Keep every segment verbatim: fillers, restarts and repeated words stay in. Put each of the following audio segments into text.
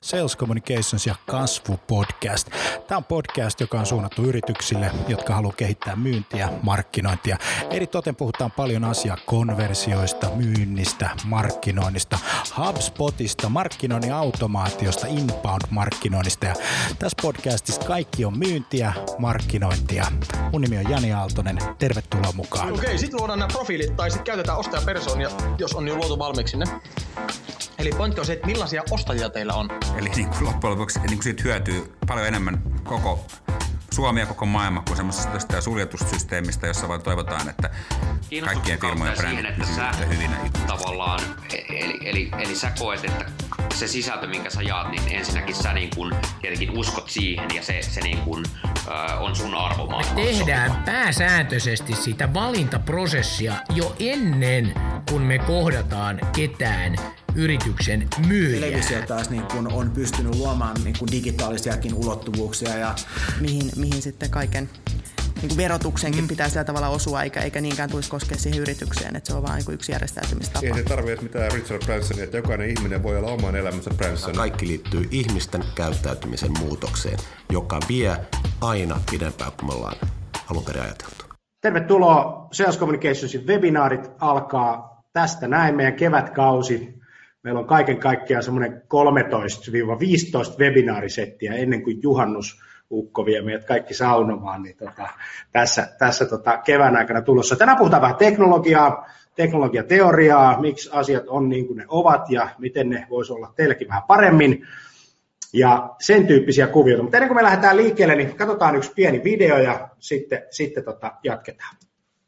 Sales Communications ja kasvupodcast. Tämä on podcast, joka on suunnattu yrityksille, jotka haluaa kehittää myyntiä, markkinointia. Eritoten puhutaan paljon asiaa konversioista, myynnistä, markkinoinnista, HubSpotista, markkinoinnin automaatiosta, inbound-markkinoinnista. Ja tässä podcastissa kaikki on myyntiä, markkinointia. Mun nimi on Jani Aaltonen. Tervetuloa mukaan. Okei, sitten luodaan nämä profiilit tai sitten käytetään ostajapersoonia, jos on jo luotu valmiiksi ne. Eli pointti on se, että millaisia ostajia teillä on. Eli niin kuin loppujen lopuksi niin kuin siitä hyötyy paljon enemmän koko Suomi ja koko maailma kuin semmoisesta suljetusta systeemistä, jossa vaan toivotaan, että kaikkien firmojen brändit pysyvät hyvinä. Tavallaan, eli, eli, eli sä koet, että se sisältö, minkä sä jaat, niin ensinnäkin sä niin kun tietenkin uskot siihen ja se, se niin kun, äh, on sun arvomaailmassa. Me tehdään pääsääntöisesti sitä valintaprosessia jo ennen kuin me kohdataan ketään yrityksen myyjää. Televisio taas niin kun on pystynyt luomaan niin kun digitaalisiakin ulottuvuuksia. Ja mihin, mihin sitten kaiken niin kuin verotuksenkin mm. pitää sillä tavalla osua, eikä, eikä niinkään tulisi koskea siihen yritykseen, että se on vain niin yksi järjestäytymistapa. Ei se tarvitse mitään Richard Bransonia, että jokainen ihminen voi olla oman elämänsä Branson. Kaikki liittyy ihmisten käyttäytymisen muutokseen, joka vie aina pidempään kuin me ollaan alun perin ajateltu. Tervetuloa Sales Communicationsin webinaarit alkaa tästä näin meidän kevätkausi. Meillä on kaiken kaikkiaan semmoinen kolmetoista viisitoista webinaarisettiä ennen kuin juhannus ukko vie meidät kaikki saunomaan, niin tota, tässä, tässä tota kevään aikana tulossa. Tänään puhutaan vähän teknologiaa, teknologiateoriaa, miksi asiat on niin kuin ne ovat ja miten ne voisi olla teilläkin vähän paremmin ja sen tyyppisiä kuvioita. Mutta ennen kuin me lähdetään liikkeelle, niin katsotaan yksi pieni video ja sitten, sitten tota, jatketaan.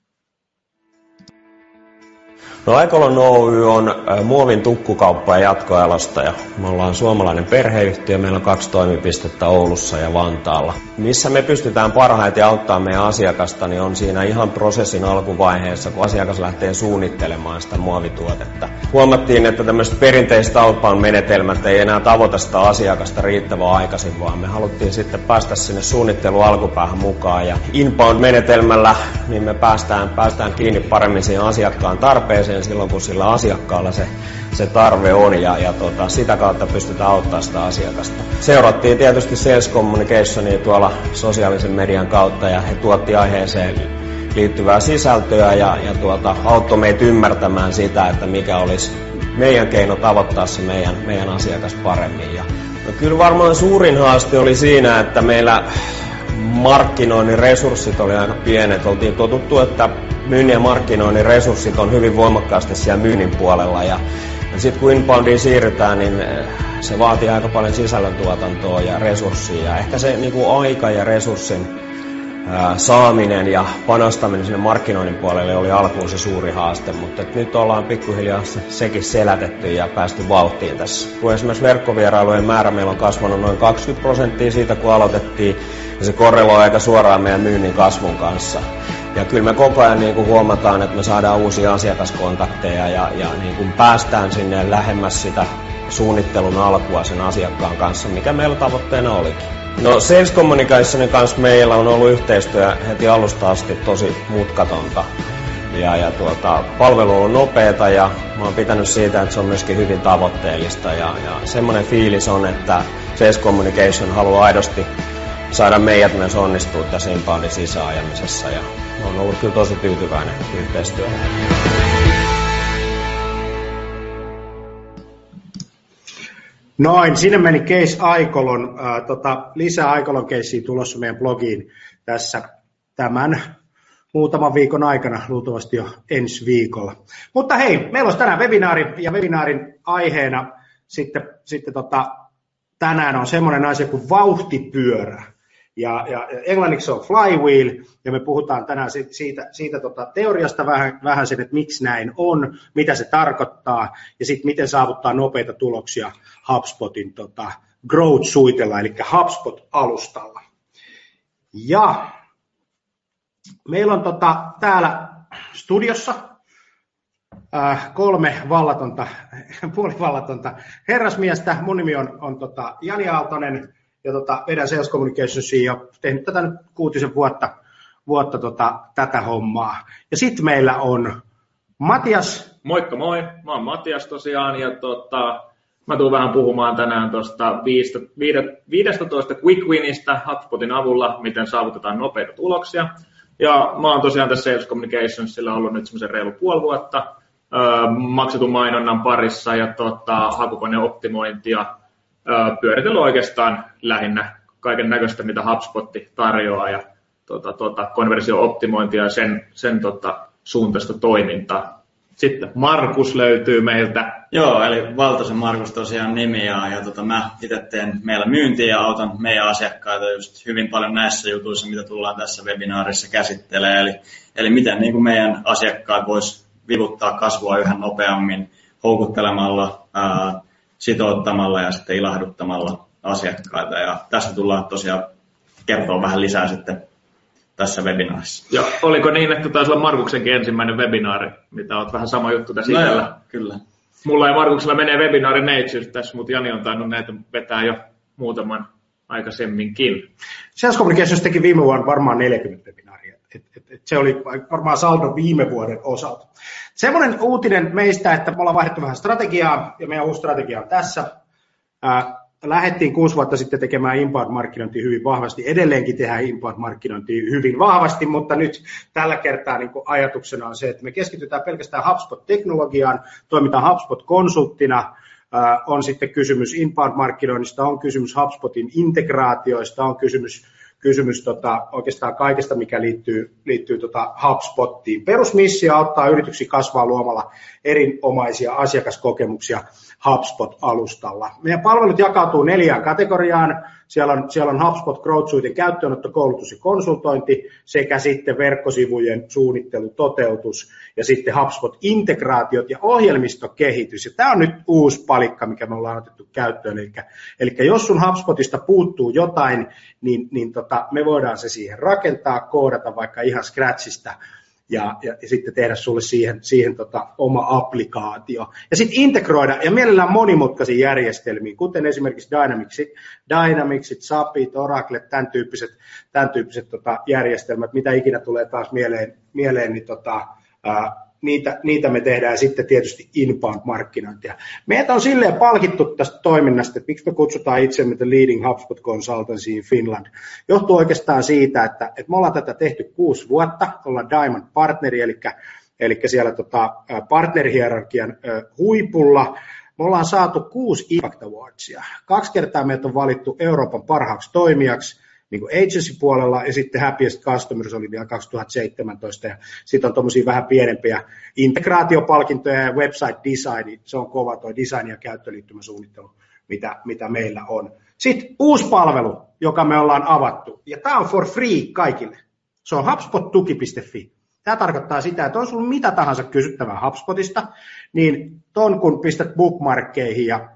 No Aikolon Oy on muovin tukkukauppa ja jatkojalostaja. Me ollaan suomalainen perheyhtiö, meillä on kaksi toimipistettä Oulussa ja Vantaalla. Missä me pystytään parhaiten auttamaan meidän asiakasta, niin on siinä ihan prosessin alkuvaiheessa, kun asiakas lähtee suunnittelemaan sitä muovituotetta. Huomattiin, että tämmöiset perinteiset outbound-menetelmät ei enää tavoita sitä asiakasta riittävän aikaisin, vaan me haluttiin sitten päästä sinne suunnittelun alkupäähän mukaan. Ja inbound-menetelmällä niin me päästään, päästään kiinni paremmin siihen asiakkaan tarpeeseen silloin, kun sillä asiakkaalla se, se tarve on ja, ja tota, sitä kautta pystytään auttamaan sitä asiakasta. Seurattiin tietysti Sales Communicationia tuolla sosiaalisen median kautta ja he tuotti aiheeseen liittyvää sisältöä ja, ja tuota, auttoi meitä ymmärtämään sitä, että mikä olisi meidän keino tavoittaa se meidän, meidän asiakas paremmin. Ja, no kyllä varmaan suurin haaste oli siinä, että meillä markkinoinnin resurssit oli aika pienet. Oltiin totuttu, että myynnin ja markkinoinnin resurssit on hyvin voimakkaasti siellä myynnin puolella. Ja, ja sitten kun inboundiin siirrytään, niin se vaatii aika paljon sisällöntuotantoa ja resurssia. Ja ehkä se niin kuin aika ja resurssin ää, saaminen ja panostaminen sinne markkinoinnin puolelle oli alkuun se suuri haaste. Mutta nyt ollaan pikkuhiljaa se, sekin selätetty ja päästy vauhtiin tässä. Kun esimerkiksi verkkovierailujen määrä meillä on kasvanut noin kaksikymmentä prosenttia siitä, kun aloitettiin. Ja se korreloi aika suoraan meidän myynnin kasvun kanssa. Ja kyllä me koko ajan niin kuin huomataan, että me saadaan uusia asiakaskontakteja ja, ja niin kuin päästään sinne lähemmäs sitä suunnittelun alkua sen asiakkaan kanssa, mikä meillä tavoitteena olikin. No Sales Communicationin kanssa meillä on ollut yhteistyö heti alusta asti tosi mutkatonta. Ja, ja tuota, palvelu on nopeata ja mä oon pitänyt siitä, että se on myöskin hyvin tavoitteellista. Ja, ja semmoinen fiilis on, että Sales Communication haluaa aidosti saada meidät myös onnistua tässä inboundin sisäajamisessa ja on ollut kyllä tosi tyytyväinen yhteistyöhön. Noin, sinne meni Case Aikolon. Äh, tota, lisää Aikolon casea tulossa meidän blogiin tässä tämän muutaman viikon aikana, luultavasti jo ensi viikolla. Mutta hei, meillä olisi tänään webinaari ja webinaarin aiheena sitten, sitten tota, tänään on semmoinen asia kuin vauhtipyörä. Ja, ja englanniksi se on flywheel, ja me puhutaan tänään siitä, siitä, siitä tota teoriasta vähän, vähän sen, että miksi näin on, mitä se tarkoittaa, ja sitten miten saavuttaa nopeita tuloksia HubSpotin tota, Growth-suitella, eli HubSpot-alustalla. Ja meillä on tota, täällä studiossa äh, kolme vallatonta, puolivallatonta herrasmiestä. Mun nimi on, on tota Jani Aaltonen. Ja tota, vedän Sales Communicationsia ja tehnyt tätä nyt kuutisen vuotta, vuotta tota, tätä hommaa. Ja sitten meillä on Matias. Moikka moi, mä oon Matias tosiaan ja tota, Mä tuun vähän puhumaan tänään tuosta viidestätoista Quick Winistä HubSpotin avulla, miten saavutetaan nopeita tuloksia. Ja mä oon tosiaan tässä Sales Communicationsilla ollut nyt semmoisen reilu puoli vuotta öö, maksetun mainonnan parissa ja tota, hakukoneoptimointia öö, pyöritellyt oikeastaan lähinnä kaiken näköistä, mitä HubSpot tarjoaa ja tota, tota, konversio-optimointia ja sen, sen tota, suuntaista toimintaa. Sitten Markus löytyy meiltä. Joo, eli Valtosen Markus tosiaan nimi ja, ja tota, mä itse teen meillä myyntiä ja autan meidän asiakkaita just hyvin paljon näissä jutuissa, mitä tullaan tässä webinaarissa käsittelemään. Eli, eli miten niin kuin meidän asiakkaat vois vivuttaa kasvua yhä nopeammin houkuttelemalla, ää, sitouttamalla ja sitten ilahduttamalla asiakkaita. Ja tästä tullaan tosiaan kertoa vähän lisää sitten tässä webinaarissa. Joo, oliko niin, että taisi olla Markuksenkin ensimmäinen webinaari, mitä olet vähän sama juttu tässä no itsellä? Joo, kyllä. Mulla ja Markuksella menee webinaari neitsyys tässä, mutta Jani on tainnut näitä vetää jo muutaman aikaisemminkin. Sales Communications teki viime vuonna varmaan neljäkymmentä webinaaria. Et, et, et se oli varmaan saldo viime vuoden osalta. Semmoinen uutinen meistä, että me ollaan vaihdettu vähän strategiaa, ja meidän uusi strategia on tässä. Ää, Lähdettiin kuusi vuotta sitten tekemään inbound-markkinointia hyvin vahvasti. Edelleenkin tehdään inbound-markkinointia hyvin vahvasti, mutta nyt tällä kertaa niin kuin ajatuksena on se, että me keskitytään pelkästään HubSpot-teknologiaan, toimitaan HubSpot-konsulttina, äh, on sitten kysymys inbound-markkinoinnista, on kysymys HubSpotin integraatioista, on kysymys, kysymys tota, oikeastaan kaikesta, mikä liittyy, liittyy tota HubSpottiin. Perusmissio auttaa yrityksiä kasvaa luomalla erinomaisia asiakaskokemuksia HubSpot-alustalla. Meidän palvelut jakautuu neljään kategoriaan. Siellä on, siellä on HubSpot Growth Suiten käyttöönotto, koulutus ja konsultointi sekä sitten verkkosivujen suunnittelu, toteutus ja sitten HubSpot-integraatiot ja ohjelmistokehitys. Ja tämä on nyt uusi palikka, mikä me ollaan otettu käyttöön. Eli, eli jos sun HubSpotista puuttuu jotain, niin, niin tota, me voidaan se siihen rakentaa, koodata vaikka ihan scratchista. Ja, ja, ja sitten tehdä sulle siihen, siihen tota, oma applikaatio. Ja sitten integroida, ja mielellään monimutkaisiin järjestelmiin, kuten esimerkiksi Dynamicsit, Dynamicsit Sapit, Oraclet, tämän tyyppiset, tämän tyyppiset tota, järjestelmät, mitä ikinä tulee taas mieleen, mieleen niin tota, ää, niitä, niitä me tehdään, ja sitten tietysti inbound-markkinointia. Meitä on silleen palkittu tästä toiminnasta, että miksi me kutsutaan itsemme the leading HubSpot consultancy in Finland. Johtuu oikeastaan siitä, että, että me ollaan tätä tehty kuusi vuotta, ollaan Diamond Partneri, eli, eli siellä tota, partnerhierarkian huipulla. Me ollaan saatu kuusi Impact Awardsia. Kaksi kertaa meitä on valittu Euroopan parhaaksi toimijaksi, niin kuin agency-puolella, ja sitten Happiest Customers oli vielä kaksituhattaseitsemäntoista, ja sitten on tuommoisia vähän pienempiä integraatiopalkintoja ja website design, se on kova tuo design- ja käyttöliittymäsuunnittelu, mitä, mitä meillä on. Sitten uusi palvelu, joka me ollaan avattu, ja tämä on for free kaikille. Se on hubspot tuki piste fi. Tämä tarkoittaa sitä, että on sinulla mitä tahansa kysyttävää HubSpotista, niin ton kun pistät bookmarkkeihin ja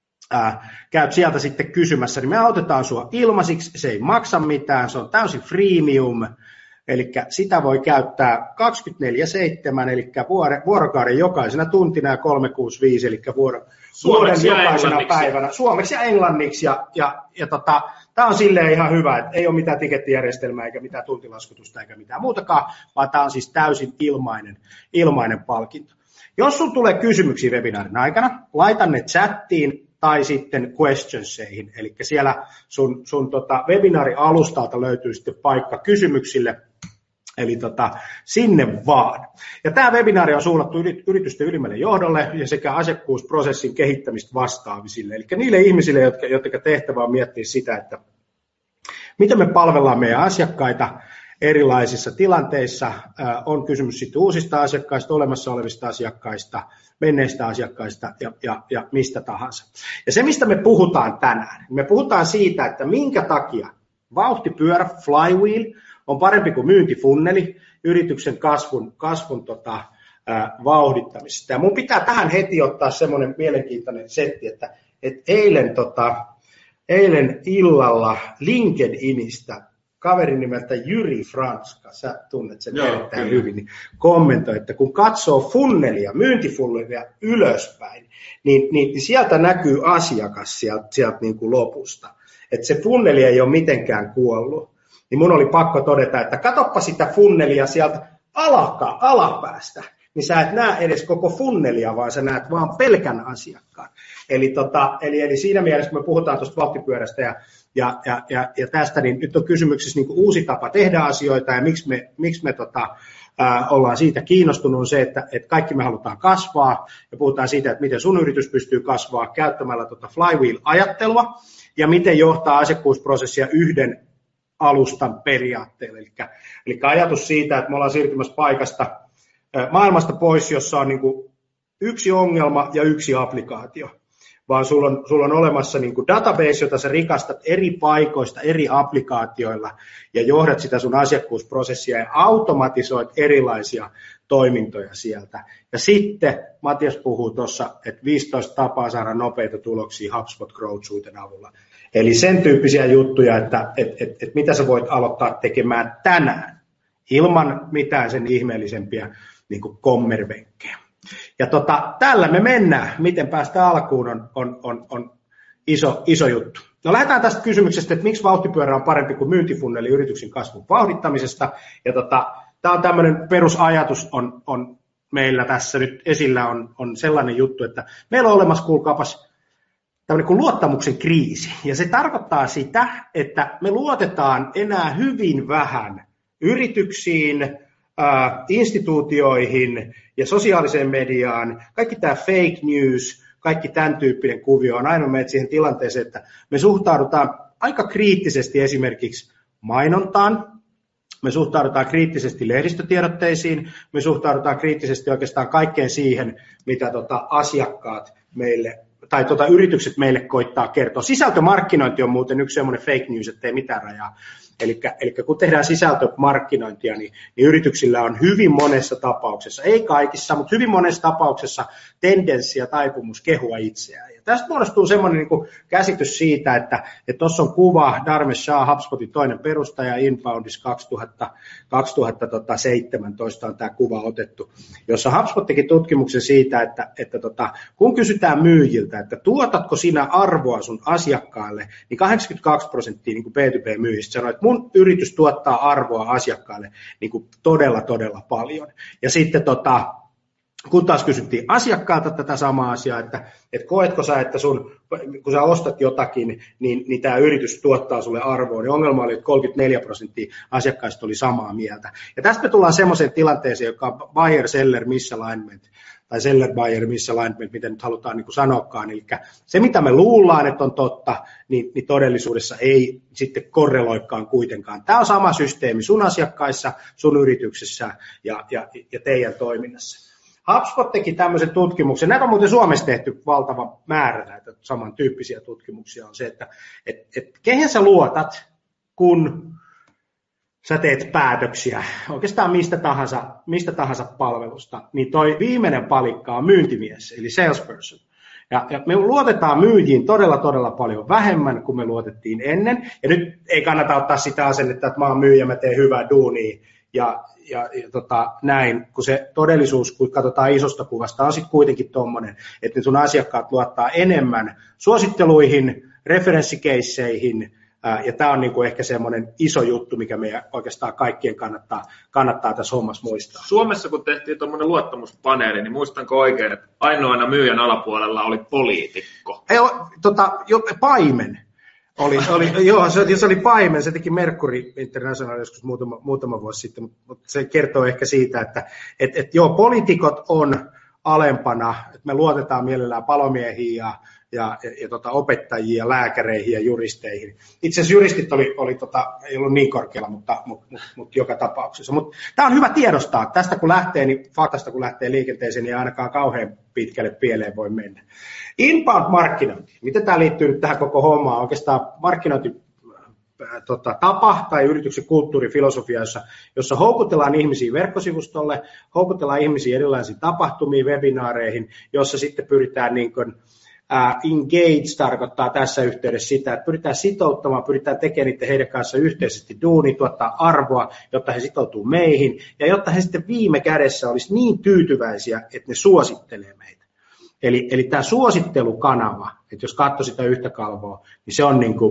Ää, käyt sieltä sitten kysymässä, niin me autetaan sinua ilmaisiksi, se ei maksa mitään, se on täysin freemium, eli sitä voi käyttää kaksikymmentäneljä seitsemän, eli vuorokauden jokaisena tuntina ja kolmesataakuusikymmentäviisi, eli vuoro, vuoden jokaisena päivänä, suomeksi ja englanniksi, ja, ja, ja tota, tämä on silleen ihan hyvä, että ei ole mitään tikettijärjestelmää, eikä mitään tuntilaskutusta, eikä mitään muutakaan, vaan tämä on siis täysin ilmainen, ilmainen palkinto. Jos sinulla tulee kysymyksiä webinaarin aikana, laita ne chattiin, tai sitten questionseihin, eli siellä sun, sun tota webinaari-alustalta löytyy sitten paikka kysymyksille, eli tota, sinne vaan. Ja tämä webinaari on suunnattu yritysten ylimmälle johdolle ja sekä asiakkuusprosessin kehittämistä vastaavisille, eli niille ihmisille, jotka, jotka tehtävä on miettiä sitä, että miten me palvellaan meidän asiakkaita erilaisissa tilanteissa, on kysymys sitten uusista asiakkaista, olemassa olevista asiakkaista, menneistä asiakkaista ja, ja, ja mistä tahansa. Ja se, mistä me puhutaan tänään, me puhutaan siitä, että minkä takia vauhtipyörä, flywheel, on parempi kuin myyntifunneli yrityksen kasvun, kasvun tota, ää, vauhdittamisesta. Ja mun pitää tähän heti ottaa semmoinen mielenkiintoinen setti, että et eilen, tota, eilen illalla LinkedInistä kaveri nimeltä Jyri Franska, sä tunnet sen Joo, erittäin kyllä. hyvin, niin kommentoi, että kun katsoo funnelia, myyntifunnelia ylöspäin, niin, niin, niin sieltä näkyy asiakas sieltä, sieltä niin kuin lopusta. Että se funneli ei ole mitenkään kuollut. Niin mun oli pakko todeta, että katoppa sitä funnelia sieltä alaka, alapäästä. niin sä et näe edes koko funnelia, vaan sä näet vaan pelkän asiakkaan. Eli, tota, eli, eli siinä mielessä, kun me puhutaan tuosta vauhtipyörästä ja, ja, ja, ja, ja tästä, niin nyt on kysymyksessä niin kuin uusi tapa tehdä asioita, ja miksi me, miksi me tota, ää, ollaan siitä kiinnostunut, on se, että, että kaikki me halutaan kasvaa, ja puhutaan siitä, että miten sun yritys pystyy kasvaa käyttämällä tota flywheel-ajattelua, ja miten johtaa asiakkuusprosessia yhden alustan periaatteella. Eli, eli ajatus siitä, että me ollaan siirtymässä paikasta maailmasta pois, jossa on niin kuin yksi ongelma ja yksi applikaatio, vaan sulla on, sulla on olemassa niin kuin database, jota sä rikastat eri paikoista, eri applikaatioilla ja johdat sitä sun asiakkuusprosessia ja automatisoit erilaisia toimintoja sieltä. Ja sitten Matias puhuu tuossa, että viisitoista tapaa saada nopeita tuloksia HubSpot Growth Suiten avulla. Eli sen tyyppisiä juttuja, että et, et, et mitä sä voit aloittaa tekemään tänään ilman mitään sen ihmeellisempiä niin kuin kommervenkkejä. Ja tota, tällä me mennään. Miten päästä alkuun on, on, on, on iso, iso juttu. No lähdetään tästä kysymyksestä, että miksi vauhtipyörä on parempi kuin myyntifunneli yrityksen kasvun vauhdittamisesta. Ja tota, tämä on tämmöinen perusajatus on, on meillä tässä nyt esillä on, on sellainen juttu, että meillä on olemassa, kuulkaapas, tämmöinen kuin luottamuksen kriisi. Ja se tarkoittaa sitä, että me luotetaan enää hyvin vähän yrityksiin, äh, instituutioihin ja sosiaaliseen mediaan. Kaikki tämä fake news, kaikki tämän tyyppinen kuvio on aina meitä siihen tilanteeseen, että me suhtaudutaan aika kriittisesti esimerkiksi mainontaan, me suhtaudutaan kriittisesti lehdistötiedotteisiin, me suhtaudutaan kriittisesti oikeastaan kaikkeen siihen, mitä tota asiakkaat meille tai tuota, yritykset meille koittaa kertoa. Sisältömarkkinointi on muuten yksi semmoinen fake news, ettei mitään rajaa. Eli, eli kun tehdään sisältömarkkinointia, niin, niin yrityksillä on hyvin monessa tapauksessa, ei kaikissa, mutta hyvin monessa tapauksessa tendenssi ja taipumus kehua itseään. Ja tästä muodostuu semmoinen niin kuin käsitys siitä, että tuossa on kuva Dharmesh Shah, HubSpotin toinen perustaja, Inboundis kaksituhattaseitsemäntoista on tämä kuva otettu, jossa HubSpot teki tutkimuksen siitä, että, että tota, kun kysytään myyjiltä, että tuotatko sinä arvoa sun asiakkaalle, niin kahdeksankymmentäkaksi prosenttia niin kuin B two B-myyjistä sanoo, että mun yritys tuottaa arvoa asiakkaalle niin kuin todella, todella paljon. Ja sitten tota, kun taas kysyttiin asiakkaalta tätä samaa asiaa, että, että koetko sä, että sun, kun sä ostat jotakin, niin, niin tämä yritys tuottaa sulle arvoa, niin ongelma oli, että kolmekymmentäneljä prosenttia asiakkaista oli samaa mieltä. Ja tästä me tullaan semmoiseen tilanteeseen, joka on buyer-seller misalignment, tai seller-buyer misalignment, miten nyt halutaan niin kuin sanoakaan. Eli se, mitä me luullaan, että on totta, niin, niin todellisuudessa ei sitten korreloikaan kuitenkaan. Tämä on sama systeemi sun asiakkaissa, sun yrityksessä ja, ja, ja teidän toiminnassa. HubSpot teki tämmöisen tutkimuksen. Näitä on muuten Suomessa tehty valtava määrä näitä samantyyppisiä tutkimuksia. On se, että et, et, kehen sä luotat, kun sä teet päätöksiä oikeastaan mistä tahansa, mistä tahansa palvelusta, niin toi viimeinen palikka on myyntimies, eli salesperson. Ja, ja me luotetaan myyjiin todella, todella paljon vähemmän kuin me luotettiin ennen. Ja nyt ei kannata ottaa sitä asennetta, että mä oon myyjä, mä teen hyvää duunia ja, ja, ja tota, näin, kun se todellisuus, kun katsotaan isosta kuvasta, on sitten kuitenkin tommonen, että sun asiakkaat luottaa enemmän suositteluihin, referenssikeisseihin, ja tämä on niinku ehkä semmoinen iso juttu, mikä meidän oikeastaan kaikkien kannattaa, kannattaa tässä hommassa muistaa. Suomessa kun tehtiin tuommoinen luottamuspaneeli, niin muistanko oikein, että ainoana myyjän alapuolella oli poliitikko? Ei, tota, jo, paimen. Oli, oli, joo, se, se oli paimen, se teki Mercury International joskus muutama, muutama vuosi sitten, mutta se kertoo ehkä siitä, että et, et, joo, poliitikot on alempana, että me luotetaan mielellään palomiehiin ja ja, ja, ja tota, opettajia, ja lääkäreihin ja juristeihin. Itse asiassa juristit oli, oli tota, ei ollut niin korkealla, mutta, mutta, mutta joka tapauksessa. Mutta tämä on hyvä tiedostaa. Tästä kun lähtee, niin faktasta kun lähtee liikenteeseen, niin ainakaan kauhean pitkälle pieleen voi mennä. Inbound-markkinointi. Miten tämä liittyy nyt tähän koko hommaan? Oikeastaan markkinointi Tota, tapa tai yrityksen kulttuurifilosofia, jossa, jossa houkutellaan ihmisiä verkkosivustolle, houkutellaan ihmisiä erilaisiin tapahtumiin, webinaareihin, jossa sitten pyritään niin kuin, uh, engage tarkoittaa tässä yhteydessä sitä, että pyritään sitouttamaan, pyritään tekemään niiden heidän kanssa yhteisesti duuni, tuottaa arvoa, jotta he sitoutuu meihin ja jotta he sitten viime kädessä olisi niin tyytyväisiä, että ne suosittelee meitä. Eli, eli tämä suosittelukanava, että jos katsoo sitä yhtä kalvoa, niin se on niin kuin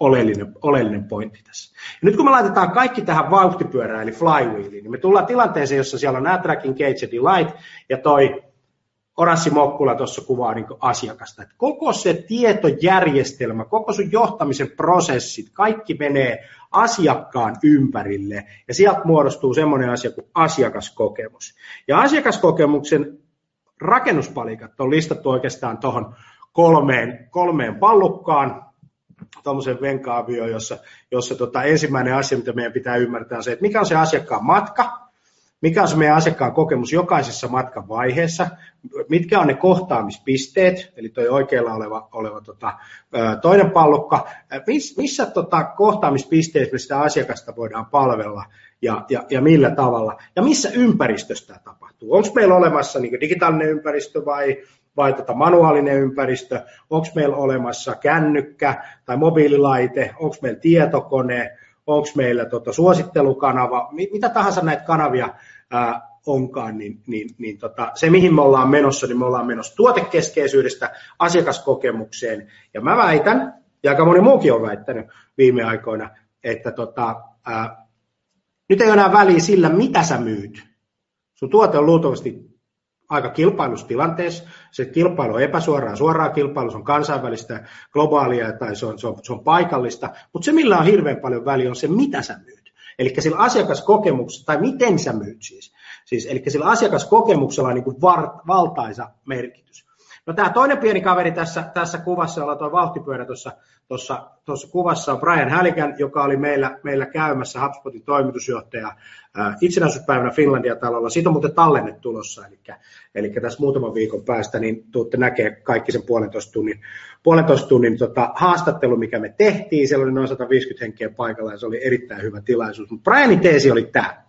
oleellinen, oleellinen pointti tässä. Ja nyt kun me laitetaan kaikki tähän vauhtipyörään, eli flywheeliin, niin me tullaan tilanteeseen, jossa siellä on nämä tracking, gauge ja delight, ja toi oranssi mokkula tuossa kuvaa niin kuin asiakasta. Että koko se tietojärjestelmä, koko sun johtamisen prosessit, kaikki menee asiakkaan ympärille, ja sieltä muodostuu semmoinen asia kuin asiakaskokemus. Ja asiakaskokemuksen rakennuspalikat on listattu oikeastaan tuohon kolmeen, kolmeen pallukkaan, tuommoisen venkaavioon, jossa, jossa tota, ensimmäinen asia, mitä meidän pitää ymmärtää, on se, että mikä on se asiakkaan matka, mikä on se meidän asiakkaan kokemus jokaisessa matkan vaiheessa, mitkä on ne kohtaamispisteet, eli tuo oikealla oleva, oleva tota, toinen pallukka, miss, missä tota, kohtaamispisteissä me sitä asiakasta voidaan palvella ja, ja, ja millä tavalla, ja missä ympäristössä tämä tapahtuu. Onko meillä olemassa niin kuin digitaalinen ympäristö vai vai tota manuaalinen ympäristö, onko meillä olemassa kännykkä tai mobiililaite, onko meillä tietokone, onko meillä tota suosittelukanava, mitä tahansa näitä kanavia ää, onkaan, niin, niin, niin tota, se mihin me ollaan menossa, niin me ollaan menossa tuotekeskeisyydestä asiakaskokemukseen, ja mä väitän, ja aika moni muukin on väittänyt viime aikoina, että tota, ää, nyt ei ole enää väliä sillä, mitä sä myyt. Sun tuote on luultavasti aika kilpailustilanteessa. Se kilpailu on epäsuoraa, suoraa kilpailu, se on kansainvälistä, globaalia tai se on, se on, se on paikallista, mutta se millä on hirveän paljon väliä on se, mitä sä myyt. Eli sillä asiakaskokemuksella, tai miten sä myyt siis, siis eli sillä asiakaskokemuksella on niin kuin var, valtaisa merkitys. No tämä toinen pieni kaveri tässä, tässä kuvassa, ollaan tuo vauhtipyörä tuossa, tuossa, tuossa kuvassa on Brian Halligan, joka oli meillä, meillä käymässä, HubSpotin toimitusjohtaja ää, itsenäisyyspäivänä Finlandia-talolla. Siitä on muuten tallenne tulossa, eli, eli tässä muutaman viikon päästä niin tuutte näkee kaikki sen puolentoista tunnin, puolentoista tunnin tota, haastattelu, mikä me tehtiin. Siellä oli noin sata viisikymmentä henkeä paikalla ja se oli erittäin hyvä tilaisuus. Mutta Brianin teesi oli tämä.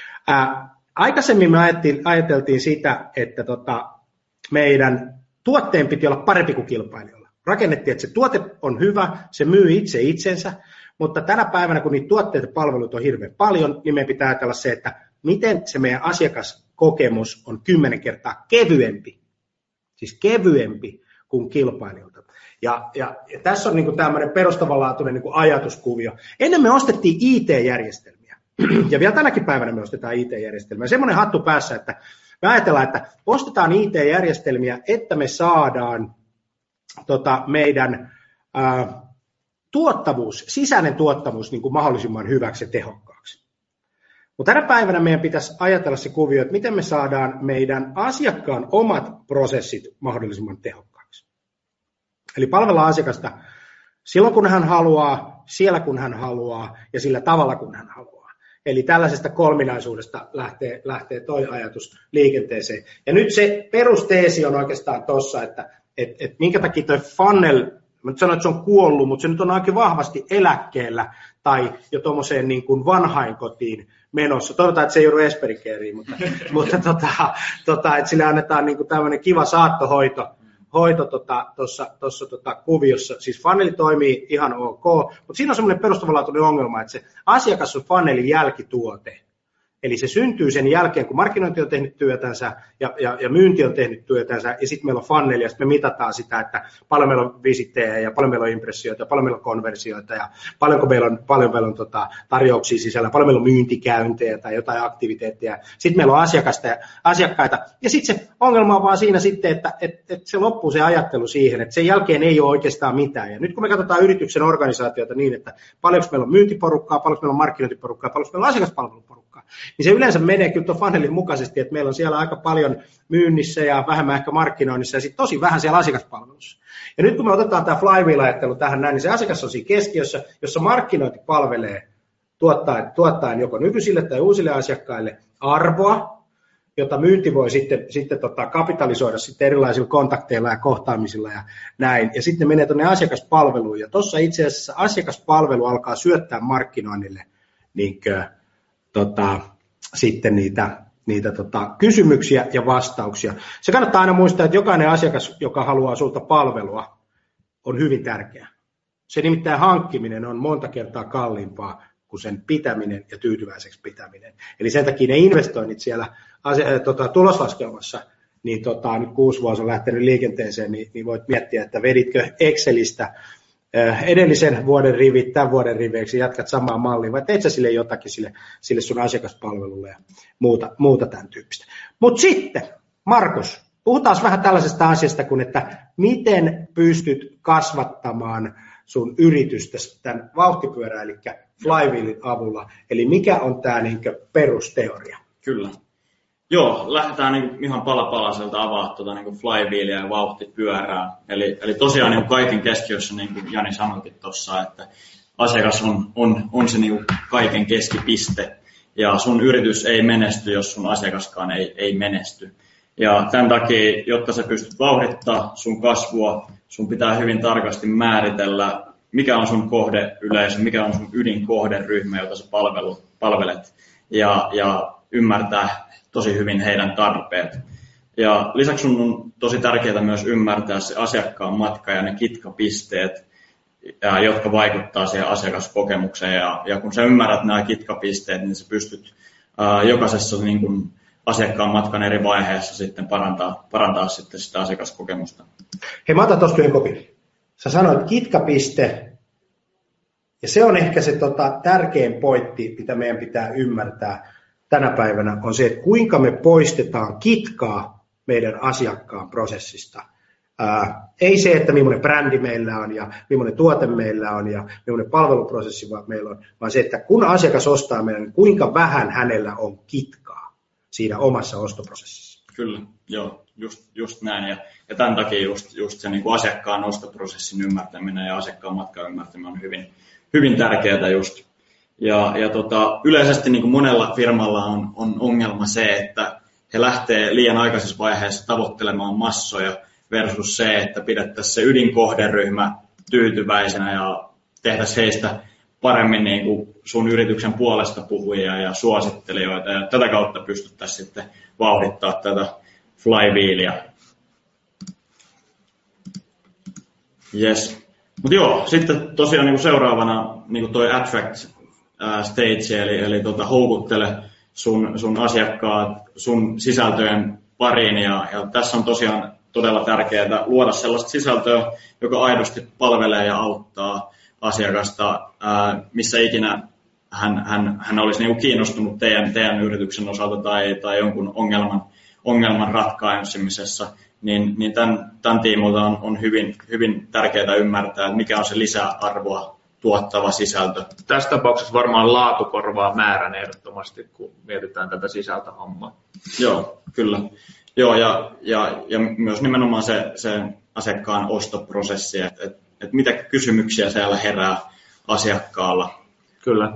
Ää, aikaisemmin me ajateltiin, ajateltiin sitä, että tota, meidän tuotteen piti olla parempi kuin kilpailijoilla. Rakennettiin, että se tuote on hyvä, se myy itse itsensä, mutta tänä päivänä, kun niitä tuotteita ja palveluita on hirveän paljon, niin meidän pitää ajatella se, että miten se meidän asiakaskokemus on kymmenen kertaa kevyempi, siis kevyempi kuin kilpailijoilta. Ja, ja, ja tässä on niin kuin tämmöinen perustavanlaatuinen niin kuin ajatuskuvio. Ennen me ostettiin I T-järjestelmiä, ja vielä tänäkin päivänä me ostetaan I T-järjestelmiä. Semmoinen hattu päässä, että me ajatellaan, että ostetaan I T-järjestelmiä, että me saadaan tota, meidän ää, tuottavuus, sisäinen tuottavuus niin kuin mahdollisimman hyväksi ja tehokkaaksi. Mutta tänä päivänä meidän pitäisi ajatella se kuvio, että miten me saadaan meidän asiakkaan omat prosessit mahdollisimman tehokkaaksi. Eli palvellaan asiakasta silloin, kun hän haluaa, siellä kun hän haluaa ja sillä tavalla, kun hän haluaa. Eli tällaisesta kolminaisuudesta lähtee, lähtee toi ajatus liikenteeseen. Ja nyt se perusteesi on oikeastaan tuossa, että et, et minkä takia toi funnel, mä nyt sanon, että se on kuollut, mutta se nyt on aika vahvasti eläkkeellä tai jo tuommoiseen niin kuin vanhainkotiin menossa. Toivotaan, että se ei joudu Esperikeeriin, mutta, mutta tota, tota, että sille annetaan niin kuin tämmöinen kiva saattohoito hoito tuossa tota, tota, kuviossa. Siis funneli toimii ihan ok, mutta siinä on semmoinen perustavanlaatuinen ongelma, että se asiakas on funnelin jälkituote. Eli se syntyy sen jälkeen, kun markkinointi on tehnyt työtänsä ja, ja, ja myynti on tehnyt työtänsä, ja sitten meillä on funneli, ja sitten me mitataan sitä, että paljon meillä on visittejä, ja paljon meillä on impressioita, ja paljon meillä on konversioita, ja paljonko meillä on, paljon meillä on tota, tarjouksia sisällä, paljon meillä on myyntikäyntejä tai jotain aktiviteetteja. Sitten meillä on asiakasta ja, asiakkaita, ja sitten se ongelma on vaan siinä sitten, että et, et se loppuu se ajattelu siihen, että sen jälkeen ei ole oikeastaan mitään. Ja nyt kun me katsotaan yrityksen organisaatiota niin, että paljonko meillä on myyntiporukkaa, paljonko meillä on markkinointiporukkaa, paljonko meillä on asiakaspalveluporukkaa, niin se yleensä menee kyllä tuon funnelin mukaisesti, että meillä on siellä aika paljon myynnissä ja vähemmän ehkä markkinoinnissa ja sitten tosi vähän siellä asiakaspalvelussa. Ja nyt kun me otetaan tämä flywheel-ajattelu tähän näin, niin se asiakas on siinä keskiössä, jossa markkinointi palvelee tuottaen, tuottaen joko nykyisille tai uusille asiakkaille arvoa, jota myynti voi sitten, sitten tota, kapitalisoida sitten erilaisilla kontakteilla ja kohtaamisilla ja näin. Ja sitten menee tuonne asiakaspalveluun. Ja tuossa itse asiassa asiakaspalvelu alkaa syöttää markkinoinnille niinkö, tota, sitten niitä, niitä tota, kysymyksiä ja vastauksia. Se kannattaa aina muistaa, että jokainen asiakas, joka haluaa sulta palvelua, on hyvin tärkeä. Se nimittäin hankkiminen on monta kertaa kalliimpaa kuin sen pitäminen ja tyytyväiseksi pitäminen. Eli sen takia ne investoinnit siellä asia, tota, tuloslaskelmassa, niin tota, nyt kuusi vuosi on lähtenyt liikenteeseen, niin, niin voit miettiä, että veditkö Excelistä edellisen vuoden rivit, tämän vuoden riveiksi, jatkat samaa mallia, vai teet sä sille jotakin sille, sille sun asiakaspalvelulle ja muuta, muuta tämän tyyppistä. Mutta sitten, Markus, puhutaan vähän tällaisesta asiasta kuin, että miten pystyt kasvattamaan sun yritystä tämän vauhtipyörän, eli flywheelin avulla, eli mikä on tämä niin perusteoria? Kyllä. Joo, lähdetään niin ihan palapalaselta avaa tuota niin flywheelia ja vauhtipyörää. Eli, eli tosiaan niin kaiken keskiössä, niin kuin Jani sanoikin tuossa, että asiakas on, on, on se niin kaiken keskipiste. Ja sun yritys ei menesty, jos sun asiakaskaan ei, ei menesty. Ja tämän takia, jotta sä pystyt vauhdittaa sun kasvua, sun pitää hyvin tarkasti määritellä, mikä on sun kohdeyleisö, mikä on sun ydinkohderyhmä, jota sä palvelu, palvelet. Ja, ja ymmärtää tosi hyvin heidän tarpeet. Ja lisäksi on tosi tärkeää myös ymmärtää se asiakkaan matka ja ne kitkapisteet, jotka vaikuttaa siihen asiakaskokemukseen. Ja, ja kun sä ymmärrät nämä kitkapisteet, niin sä pystyt ää, jokaisessa niin kun asiakkaan matkan eri vaiheessa sitten parantaa, parantaa sitten sitä asiakaskokemusta. Hei, mä otan tuosta yhden kopin. Sä sanoit kitkapiste, ja se on ehkä se tota, tärkein pointti, mitä meidän pitää ymmärtää tänä päivänä, on se, että kuinka me poistetaan kitkaa meidän asiakkaan prosessista. Ää, ei se, että millainen brändi meillä on ja millainen tuote meillä on ja millainen palveluprosessi meillä on, vaan se, että kun asiakas ostaa meidän, niin kuinka vähän hänellä on kitkaa siinä omassa ostoprosessissa. Kyllä, joo, just, just näin. Ja, ja tämän takia just, just se niin kuin asiakkaan ostoprosessin ymmärtäminen ja asiakkaan matkan ymmärtäminen on hyvin, hyvin tärkeää just. Ja, ja tota, yleisesti niin kuin monella firmalla on, on ongelma se, että he lähtee liian aikaisessa vaiheessa tavoittelemaan massoja versus se, että pidettäisiin se ydinkohderyhmä tyytyväisenä ja tehtäisiin heistä paremmin niin kuin sun yrityksen puolesta puhujia ja suosittelijoita. Ja tätä kautta pystyttäisiin sitten vauhdittaa tätä flywheelia. Yes. Mutta joo, sitten tosiaan niin kuin seuraavana niin kuin toi attract stage, eli, eli tota, houkuttele sun, sun asiakkaat sun sisältöjen pariin. Ja, ja tässä on tosiaan todella tärkeää luoda sellaista sisältöä, joka aidosti palvelee ja auttaa asiakasta, ää, missä ikinä hän, hän, hän olisi niinku kiinnostunut teidän, teidän yrityksen osalta tai, tai jonkun ongelman, ongelman ratkaisemisessa. Niin, niin tämän, tämän tiimolta on, on hyvin, hyvin tärkeää ymmärtää, että mikä on se lisäarvoa tuottava sisältö. Tässä tapauksessa varmaan laatu korvaa määrän ehdottomasti, kun mietitään tätä sisältöhommaa. Joo, kyllä. Joo, ja, ja, ja myös nimenomaan se, se asiakkaan ostoprosessi, että et, et mitä kysymyksiä siellä herää asiakkaalla. Kyllä.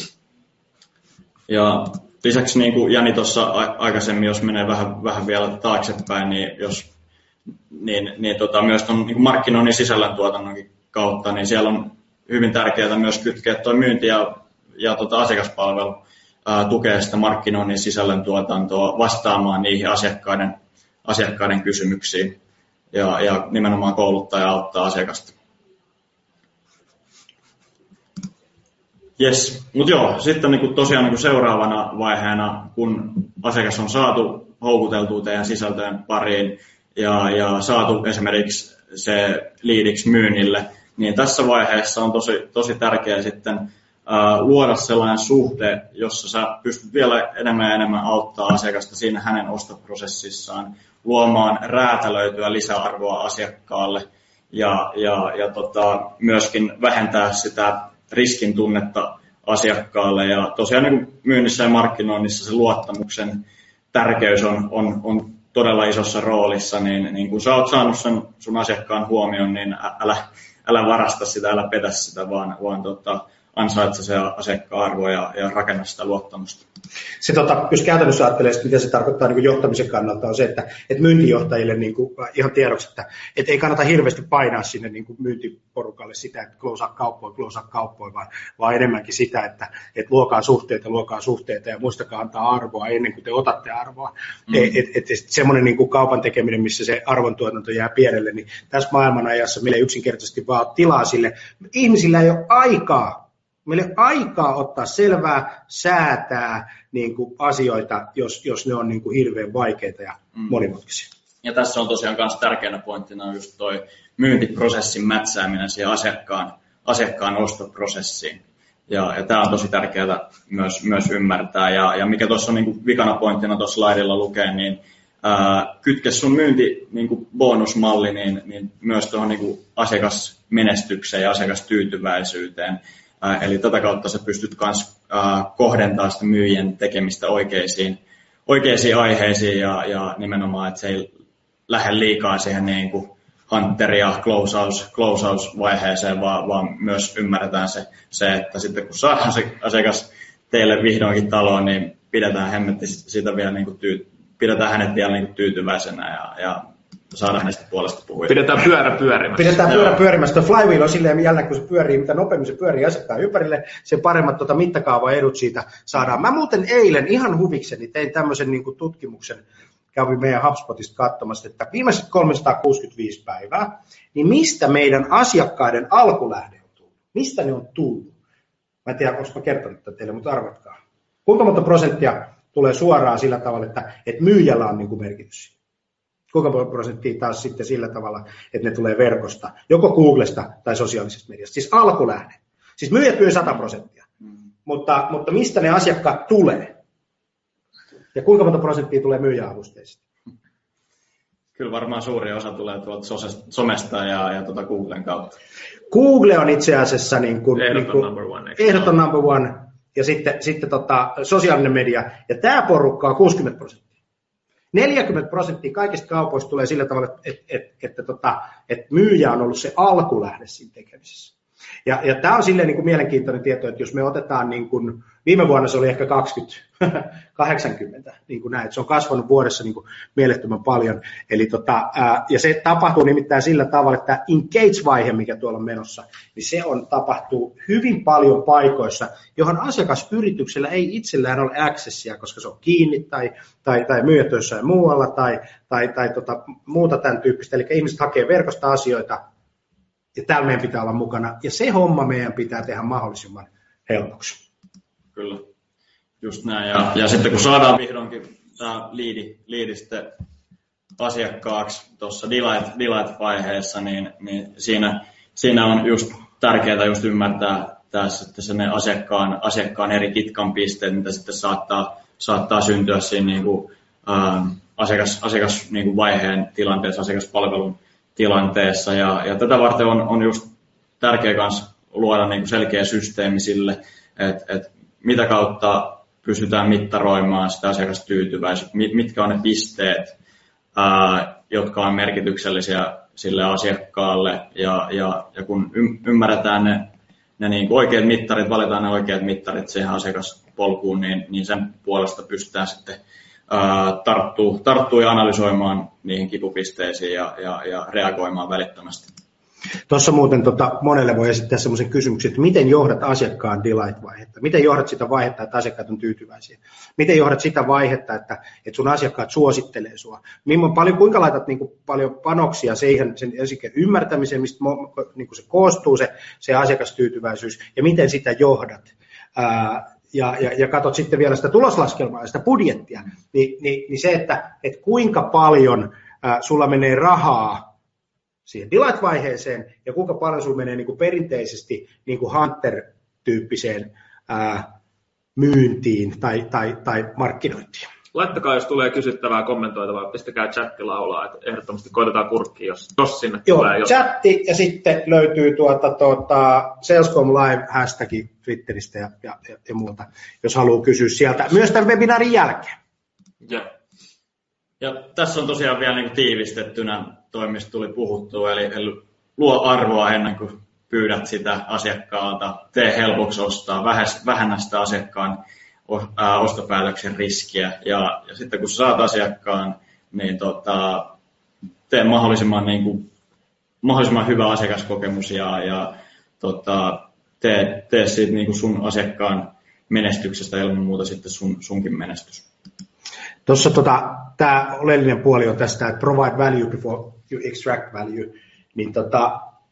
Ja lisäksi niin kuin Jani tuossa aikaisemmin, jos menee vähän, vähän vielä taaksepäin, niin, jos, niin, niin tota, myös ton, niin kuin markkinoinnin sisällöntuotannonkin kautta, niin siellä on hyvin tärkeää myös kytkeä tuo myynti ja, ja tota asiakaspalvelu ää, tukee sitä markkinoinnin sisällöntuotantoa vastaamaan niihin asiakkaiden, asiakkaiden kysymyksiin ja, ja nimenomaan kouluttaa ja auttaa asiakasta. Yes, mutta joo, sitten niin tosiaan niin seuraavana vaiheena, kun asiakas on saatu houkuteltua teidän sisältöjen pariin ja, ja saatu esimerkiksi se liidiksi myynnille, niin tässä vaiheessa on tosi, tosi tärkeää sitten ää, luoda sellainen suhde, jossa sä pystyt vielä enemmän ja enemmän auttaa asiakasta siinä hänen ostoprosessissaan, luomaan räätälöityä lisäarvoa asiakkaalle ja, ja, ja tota, myöskin vähentää sitä riskin tunnetta asiakkaalle. Ja tosiaan niin myynnissä ja markkinoinnissa se luottamuksen tärkeys on, on, on todella isossa roolissa, niin, niin kun sä oot saanut sen sun asiakkaan huomioon, niin älä, älä varasta sitä, älä petä sitä, vaan, vaan tota, ansaitse se asiakkaan arvoa ja, ja rakenna sitä luottamusta. Se, tota, jos käytännössä ajattelee, mitä se tarkoittaa niin kuin johtamisen kannalta, on se, että, että myyntijohtajille niin kuin, ihan tiedoksi, että, että ei kannata hirveästi painaa sinne niin kuin myyntiporukalle sitä, että close kauppoja, close kauppoja, vaan, vaan enemmänkin sitä, että, että luokaa suhteita, luokaa suhteita ja muistakaa antaa arvoa ennen kuin te otatte arvoa. Mm. Et, et, et, semmoinen niin kuin kaupan tekeminen, missä se arvontuotanto jää pienelle, niin tässä maailmanajassa meillä ei yksinkertaisesti vaan tilaa sille. Ihmisillä ei ole aikaa. Meillä ei ole aikaa ottaa selvää, säätää niin kuin asioita, jos, jos ne on niin kuin hirveän vaikeita ja monimutkaisia. Ja tässä on tosiaan myös tärkeänä pointtina on just toi myyntiprosessin mätsääminen siihen asiakkaan, asiakkaan ostoprosessiin. Ja, ja tämä on tosi tärkeää myös, myös ymmärtää. Ja, ja mikä tuossa on niin kuin vikana pointtina tuossa slaidilla lukee, niin ää, kytke sun myynti niin kuin bonusmalli niin, niin myös tuohon niin kuin asiakasmenestykseen ja asiakastyytyväisyyteen. Ää, eli tätä kautta sä pystyt myös kohdentamaan sitä myyjien tekemistä oikeisiin, oikeisiin aiheisiin ja, ja nimenomaan, että se ei lähde liikaa siihen niin kuin hunter- ja closeout, closeout-vaiheeseen, vaan, vaan myös ymmärretään se, se, että sitten kun saadaan se asiakas teille vihdoinkin taloon, niin pidetään, hemmetti sitä vielä niin kuin tyy, pidetään hänet vielä niin kuin tyytyväisenä ja, ja saadaan hänestä puolesta puhuja. Pidetään pyörä pyörimässä. Pidetään pyörä Joo. pyörimässä. Tuo flywheel on silleen jälleen, kun se pyörii, mitä nopeammin se pyörii asiakkaan ympärille, sen paremmat tuota mittakaavaedut siitä saadaan. Mä muuten eilen ihan huvikseni tein tämmöisen niin kuin tutkimuksen, kävin meidän HubSpotista katsomassa, että viimeiset kolmesataakuusikymmentäviisi päivää, niin mistä meidän asiakkaiden alkulähde on tullut? Mistä ne on tullut? Mä en tiedä, onko mä kertonut tätä teille, mutta arvatkaa. Kuinka monta prosenttia tulee suoraan sillä tavalla, että, että myyjällä on niin kuin merkitys? Kuinka monta prosenttia taas sitten sillä tavalla, että ne tulee verkosta, joko Googlesta tai sosiaalisesta mediasta? Siis alkulähde. Siis myyjät myy sata prosenttia, mutta, mutta mistä ne asiakkaat tulee? Ja kuinka monta prosenttia tulee myyjäavusteisesti? Kyllä varmaan suuri osa tulee tuolta somesta ja, ja tuota Googlen kautta. Google on itse asiassa niin kuin, ehdoton, niin kuin, number one, ehdoton number one ja sitten, sitten tota, sosiaalinen media. Ja tämä porukka on kuusikymmentä prosenttia. neljäkymmentä prosenttia kaikista kaupoista tulee sillä tavalla, että, että, että, että, tota, että myyjä on ollut se alkulähde siinä tekemisessä. Ja, ja tämä on silleen niin kuin mielenkiintoinen tieto, että jos me otetaan, niin kuin, viime vuonna se oli ehkä kaksikymmentä kahdeksankymmentä, niin kuin näin, että se on kasvanut vuodessa niin kuin mielettömän paljon. Eli tota, ää, ja se tapahtuu nimittäin sillä tavalla, että engage-vaihe, mikä tuolla on menossa, niin se on tapahtuu hyvin paljon paikoissa, johon asiakasyrityksellä ei itsellään ole accessia, koska se on kiinni tai, tai, tai myyjät jossain muualla tai, tai, tai tota, muuta tämän tyyppistä. Eli ihmiset hakee verkosta asioita, ja täällä meidän pitää olla mukana. Ja se homma meidän pitää tehdä mahdollisimman helpoksi. Kyllä, just näin. Ja, ja sitten kun saadaan vihdoinkin tämä liidi, liidi sitten asiakkaaksi tuossa delight, delight-vaiheessa, niin, niin siinä, siinä on just tärkeää just ymmärtää tässä, että se ne asiakkaan, asiakkaan eri kitkan pisteet, mitä sitten saattaa, saattaa syntyä siinä niin kuin, ää, asiakas, asiakas niin kuin vaiheen tilanteessa, asiakaspalvelun tilanteessa. Ja, ja tätä varten on, on just tärkeää myös luoda niin kuin selkeä systeemi sille, että et mitä kautta pystytään mittaroimaan sitä asiakastyytyväisyyttä, mitkä on ne pisteet, ää, jotka on merkityksellisiä sille asiakkaalle. Ja, ja, ja kun ymmärretään ne, ne niin kuin oikeat mittarit, valitaan ne oikeat mittarit siihen asiakaspolkuun, niin, niin sen puolesta pystytään sitten tarttuu, tarttuu ja analysoimaan niihin kipupisteisiin ja, ja, ja reagoimaan välittömästi. Tuossa muuten tota, monelle voi esittää sellaisen kysymyksen, että miten johdat asiakkaan delight-vaihetta? Miten johdat sitä vaihetta, että asiakkaat on tyytyväisiä? Miten johdat sitä vaihetta, että, että sun asiakkaat suosittelee sua? Paljon, kuinka laitat niin kuin, paljon panoksia siihen sen ymmärtämiseen, mistä niin kuin se koostuu se, se asiakastyytyväisyys, ja miten sitä johdat? Ää, Ja, ja, ja katsot sitten vielä sitä tuloslaskelmaa ja sitä budjettia, niin, niin, niin se, että et kuinka paljon ä, sulla menee rahaa siihen delight-vaiheeseen ja kuinka paljon sulla menee niin kuin perinteisesti niin kuin hunter-tyyppiseen ä, myyntiin tai, tai, tai markkinointiin. Laittakaa, jos tulee kysyttävää, kommentoitavaa, pistäkää chatti laulaa, että ehdottomasti koitetaan kurkkia, jos, jos sinne Joo, tulee jotain. chatti ja sitten löytyy tuota, tuota, Sales dot com Live hashtagi Twitteristä ja, ja, ja muuta, jos haluaa kysyä sieltä myös tämän webinaarin jälkeen. Ja, ja tässä on tosiaan vielä niin kuin tiivistettynä toimista tuli puhuttua, eli, eli luo arvoa ennen kuin pyydät sitä asiakkaalta, tee helpoksi ostaa, vähennä sitä asiakkaan ostopäätöksen riskiä ja, ja sitten kun saat asiakkaan, niin tota, tee mahdollisimman, niin kuin, mahdollisimman hyvä asiakaskokemus ja, ja tota, tee, tee siitä niin kuin sun asiakkaan menestyksestä ilman muuta sitten sun, sunkin menestys. Tuossa tota, tämä oleellinen puoli on tästä, että provide value before you extract value, niin tota,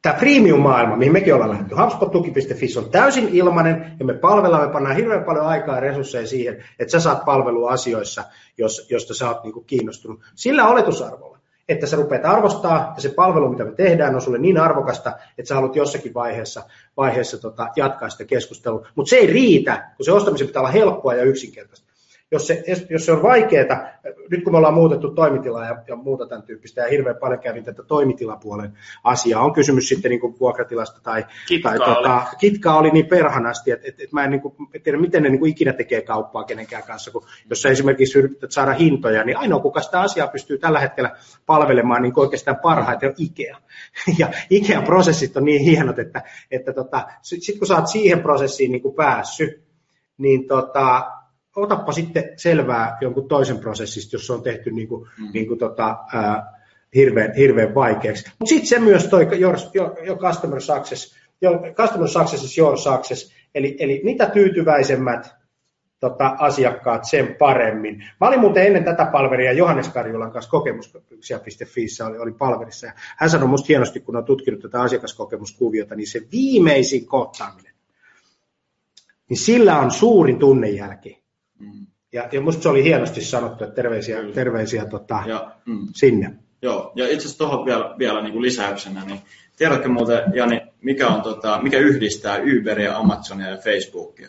Tämä premium-maailma, mihin mekin ollaan lähdetty, HubSpot-tuki piste fi on täysin ilmainen ja me palvellaan, me pannaan hirveän paljon aikaa ja resursseja siihen, että sä saat palvelua asioissa, jos, josta sä oot niinku kiinnostunut. Sillä oletusarvolla, että sä rupeat arvostaa ja se palvelu, mitä me tehdään, on sulle niin arvokasta, että sä haluat jossakin vaiheessa, vaiheessa tota, jatkaa sitä keskustelua. Mutta se ei riitä, kun se ostamisen pitää olla helppoa ja yksinkertaista. Jos se, jos se on vaikeaa, nyt kun me ollaan muutettu toimitilaa ja, ja muuta tämän tyyppistä, ja hirveän paljon kävin tätä toimitilapuolen asiaa, on kysymys sitten niin kuin vuokratilasta tai Kitkaa tai, oli. Tota, kitkaa oli niin perhanasti, että et, et mä en niin kuin, tiedä, miten ne niin kuin ikinä tekee kauppaa kenenkään kanssa, kun jos sä esimerkiksi yrität saada hintoja, niin ainoa kuka sitä asiaa pystyy tällä hetkellä palvelemaan niin kuin oikeastaan parhaiten on IKEA. Ja IKEAn prosessit on niin hienot, että, että tota, sitten kun sä oot siihen prosessiin niin kuin päässyt, niin tota, otappa sitten selvää jonkun toisen prosessista, jos se on tehty niin kuin, mm. niin kuin tota, ää, hirveän, hirveän vaikeaksi. Mutta sitten se myös toi your, your, your customer success, your, customer success is your success, eli, eli mitä tyytyväisemmät tota, asiakkaat, sen paremmin. Mä olin muuten ennen tätä palveria Johannes Karjulan kanssa kokemuksia piste fiissä oli, oli palverissa, ja hän sanoi musta hienosti, kun on tutkinut tätä asiakaskokemuskuviota, niin se viimeisin kohtaaminen, niin sillä on suurin tunnejälki. Mm. Ja, ja musta se oli hienosti sanottu, että terveisiä, terveisiä tota, ja, mm. sinne. Joo, ja itse asiassa tuohon vielä, vielä niin kuin lisäyksenä, niin tiedätkö muuten, Jani, mikä, on, tota, mikä yhdistää Uberia, Amazonia ja Facebookia?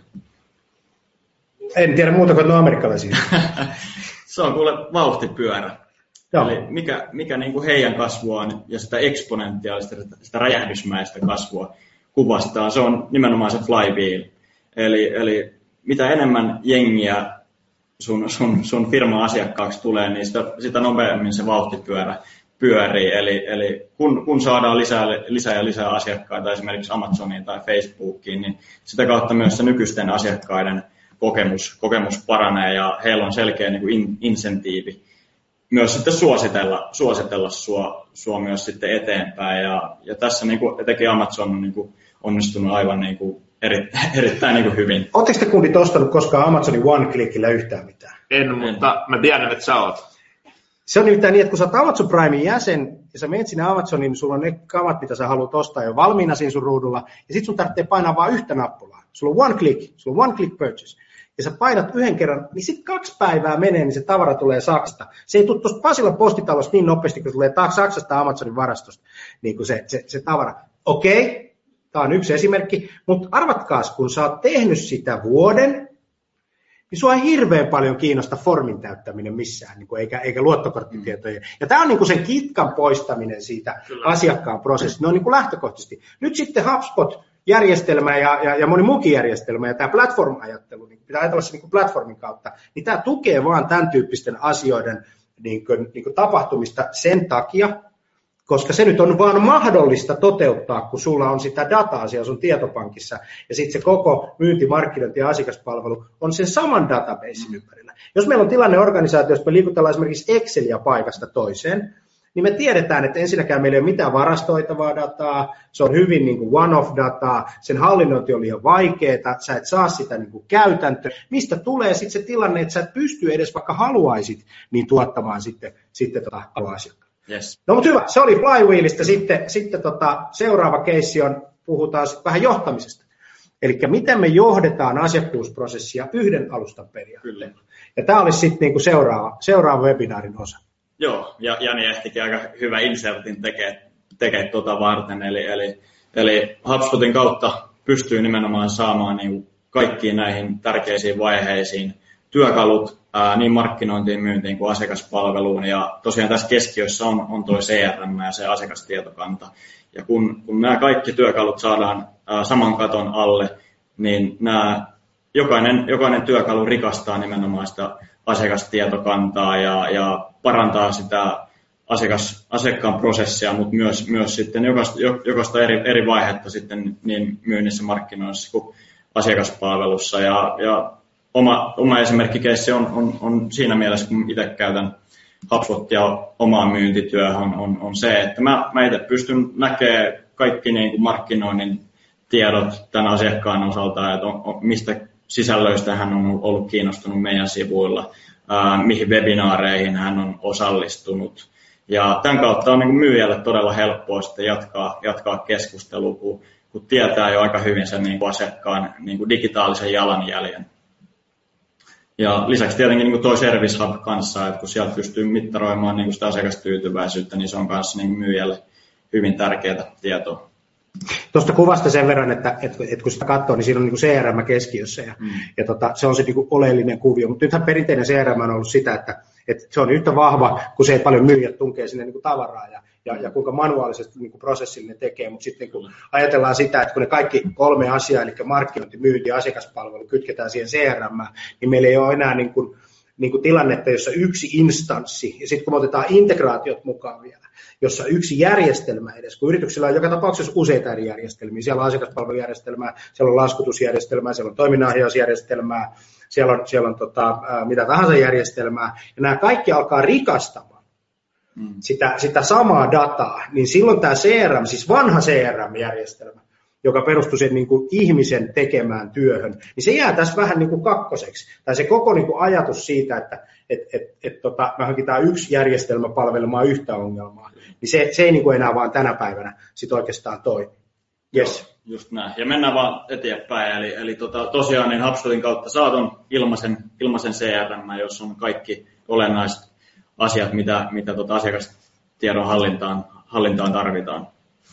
En tiedä muuta kuin nuo amerikkalaisia. Se on kuule vauhtipyörä. Joo. Eli mikä, mikä niin kuin heidän kasvuaan ja sitä eksponentiaalista, sitä räjähdysmäistä kasvua kuvastaa, se on nimenomaan se flywheel. Eli, eli mitä enemmän jengiä sun, sun, sun firman asiakkaaksi tulee, niin sitä, sitä nopeammin se vauhtipyörä pyörii. Eli, eli kun, kun saadaan lisää, lisää ja lisää asiakkaita esimerkiksi Amazoniin tai Facebookiin, niin sitä kautta myös se nykyisten asiakkaiden kokemus, kokemus paranee ja heillä on selkeä niin kuin in, insentiivi myös sitten suositella, suositella sua, sua myös sitten eteenpäin. Ja, ja tässä niin kuin, etenkin Amazon on niin kuin onnistunut aivan niin kuin eri, erittäin niin kuin hyvin. Oletteko te kundit ostanut koskaan Amazonin one-clickillä yhtään mitään? En, mutta mä tiedän, että sä oot. Se on nimittäin niin, että kun sä oot Amazon Primein jäsen ja sä menet sinne Amazoniin, niin sulla on ne kamat, mitä sä haluat ostaa jo valmiina siinä sun ruudulla, ja sit sun tarvitsee painaa vain yhtä nappulaa. Sulla on one click, sulla on one click purchase. Ja sä painat yhden kerran, niin sitten kaksi päivää menee, niin se tavara tulee Saksasta. Se ei tule tuosta Pasilan postitalosta niin nopeasti, kun tulee taas Saksasta Amazonin varastosta niin kuin se, se, se tavara. Okei, tämä on yksi esimerkki, mutta arvatkaas, kun sä oot tehnyt sitä vuoden, niin sua ei hirveän paljon kiinnosta formin täyttäminen missään, niin kuin, eikä, eikä luottokorttitietoja. Mm. Ja tämä on niin kuin sen kitkan poistaminen siitä Kyllä. asiakkaan prosessista. Ne on niin kuin lähtökohtaisesti. Nyt sitten HubSpot-järjestelmä ja, ja, ja moni muukin järjestelmä ja tämä platform-ajattelu, niin pitää ajatella se niin kuin platformin kautta, niin tämä tukee vaan tämän tyyppisten asioiden niin kuin, niin kuin tapahtumista sen takia, koska se nyt on vaan mahdollista toteuttaa, kun sulla on sitä dataa siellä sun tietopankissa, ja sitten se koko myynti, markkinointi ja asiakaspalvelu on sen saman databasein mm. ympärillä. Jos meillä on tilanne organisaatiossa, me liikutellaan esimerkiksi Excelia paikasta toiseen, niin me tiedetään, että ensinnäkään meillä ei ole mitään varastoitavaa dataa, se on hyvin niin kuin one-off dataa, sen hallinnointi on liian vaikeaa, sä et saa sitä niin kuin käytäntöä. Mistä tulee sitten se tilanne, että sä et pysty edes vaikka haluaisit, niin tuottamaan sitten, sitten tota asiakkaan. Yes. No mutta hyvä, se oli Flywheelista. Sitten, sitten tota, seuraava keissi on, puhutaan sitten vähän johtamisesta. Eli miten me johdetaan asiakkuusprosessia yhden alustan periaatteella. Ja tämä olisi sitten niinku seuraava, seuraava webinaarin osa. Joo, ja Jani ehtikin aika hyvä insertin tekee, tekee tuota varten. Eli, eli, eli HubSpotin kautta pystyy nimenomaan saamaan niinku kaikkiin näihin tärkeisiin vaiheisiin työkalut ää, niin markkinointiin, myyntiin kuin asiakaspalveluun. Ja tosiaan tässä keskiössä on, on tuo C R M ja se asiakastietokanta. Ja kun, kun nämä kaikki työkalut saadaan ää, saman katon alle, niin nämä, jokainen, jokainen työkalu rikastaa nimenomaan sitä asiakastietokantaa ja, ja parantaa sitä asiakas, asiakkaan prosessia, mutta myös, myös sitten jokaista, jokaista eri, eri vaihetta sitten niin myynnissä, markkinoinnissa kuin asiakaspalvelussa. Ja, ja Oma, oma esimerkkikeissi on, on, on siinä mielessä, kun itse käytän HubSpotia omaan myyntityöhön, on, on se, että mä, mä itse pystyn näkemään kaikki niin kuin markkinoinnin tiedot tämän asiakkaan osalta, että on, on, mistä sisällöistä hän on ollut kiinnostunut meidän sivuilla, ää, mihin webinaareihin hän on osallistunut Ja tämän kautta on niin kuin myyjälle todella helppoa sitten jatkaa, jatkaa keskustelua, kun, kun tietää jo aika hyvin sen niin kuin asiakkaan niin kuin digitaalisen jalanjäljen. Ja lisäksi tietenkin niin kuin toi Service Hub kanssa, että kun sieltä pystyy mittaroimaan niin kuin sitä asiakastyytyväisyyttä, niin se on myös niin myyjälle hyvin tärkeää tietoa. Tuosta kuvasta sen verran, että, että, että kun sitä katsoo, niin siinä on niin kuin C R M keskiössä ja, mm. ja tota, se on se niin kuin oleellinen kuvio. Mutta nythän perinteinen C R M on ollut sitä, että, että se on yhtä vahva, kun se ei paljon myyjät tunkee sinne niin kuin tavaraa ja, ja, ja kuinka manuaalisesti niin kuin prosessille ne tekee. Mutta sitten kun ajatellaan sitä, että kun ne kaikki kolme asiaa, eli markkinointi, myynti ja asiakaspalvelu kytketään siihen C R M, niin meillä ei ole enää niin kuin, niin kuin tilannetta, jossa yksi instanssi, ja sitten kun me otetaan integraatiot mukaan vielä, jossa yksi järjestelmä edes, kun yrityksillä on joka tapauksessa useita eri järjestelmiä, siellä on asiakaspalvelujärjestelmää, siellä on laskutusjärjestelmää, siellä on toiminnanohjausjärjestelmää, siellä on, siellä on tota, ää, mitä tahansa järjestelmää, ja nämä kaikki alkaa rikastamaan mm. sitä, sitä samaa dataa, niin silloin tämä C R M, siis vanha C R M-järjestelmä, joka perustuu sen niin kuin ihmisen tekemään työhön, niin se jää tässä vähän niin kuin kakkoseksi. Tai se koko niin kuin ajatus siitä, että et, et, et, tota, me hankitaan yksi järjestelmä palvelemaan yhtä ongelmaa, niin se, se ei niin kuin enää vaan tänä päivänä sit oikeastaan toimi. Yes. Joo, just näin. Ja mennään vaan eteenpäin. Eli, eli tota, tosiaan niin HubSpotin kautta saat ilmaisen, ilmaisen C R M, jossa on kaikki olennaiset asiat, mitä, mitä tota asiakastiedon hallintaan, hallintaan tarvitaan.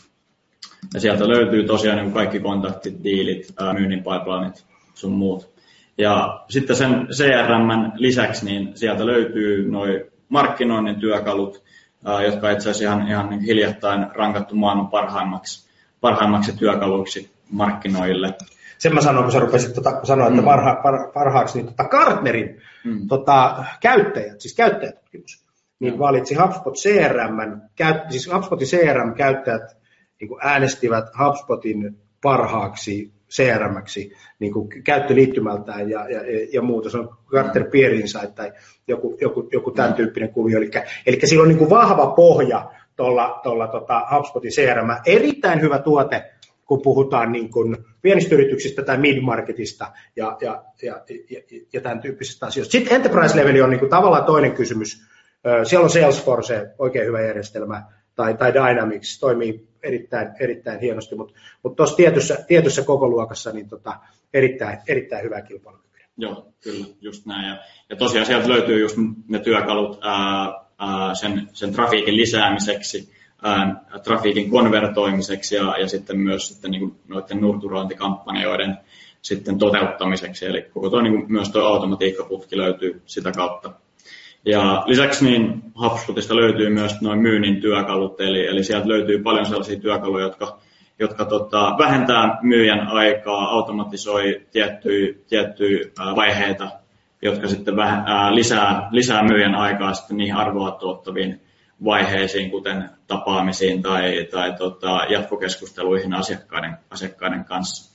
Ja sieltä löytyy tosiaan niin kaikki kontaktit, diilit, myynnin pipelineit, sun muut. Ja sitten sen C R M:n lisäksi niin sieltä löytyy noi markkinoinnin työkalut, jotka itse asiassa ihan, ihan niin hiljattain rankattu maailman parhaimmaksi, parhaimmaksi työkaluiksi markkinoille. Sen mä sanoin, kun sä rupesit tota, sanoa, että mm. parha, par, parhaaksi, niin tota Gartnerin mm. tota, käyttäjät, siis käyttäjätutkimus, niin mm. valitsi HubSpot C R M:n, siis HubSpotin C R M-käyttäjät niin kuin äänestivät HubSpotin parhaaksi C R M:ksi niin kuin käyttöliittymältään ja, ja, ja muuta. Se on Gartner Peer Insight tai joku, joku, joku tämän tyyppinen kuvio. Eli, eli sillä on niin kuin vahva pohja tuolla, tuolla tota HubSpotin C R M. Erittäin hyvä tuote, kun puhutaan niin kuin pienistä yrityksistä tai mid-marketista ja, ja, ja, ja, ja tämän tyyppisistä asioista. Sitten enterprise-leveli on niin kuin tavallaan toinen kysymys. Siellä on Salesforce, oikein hyvä järjestelmä, tai, tai Dynamics toimii erittäin, erittäin hienosti, mutta mut tuossa tietyssä, tietyssä kokoluokassa niin tota, erittäin, erittäin hyvä kilpailukyky. Joo, kyllä, just näin. Ja, ja tosiaan sieltä löytyy just ne työkalut ää, ää, sen, sen trafiikin lisäämiseksi, ää, trafiikin konvertoimiseksi ja, ja sitten myös sitten, niin kuin noiden nurturointikampanjoiden sitten toteuttamiseksi. Eli koko toi, niin kuin myös tuo automatiikkaputki löytyy sitä kautta. Ja lisäksi niin HubSpotista löytyy myös noin myynnin työkalut, eli, eli sieltä löytyy paljon sellaisia työkaluja, jotka, jotka tota, vähentää myyjän aikaa, automatisoi tiettyjä, tiettyjä vaiheita, jotka sitten vähän, ää, lisää, lisää myyjän aikaa sitten niihin arvoa tuottaviin vaiheisiin, kuten tapaamisiin tai, tai tota, jatkokeskusteluihin asiakkaiden, asiakkaiden kanssa.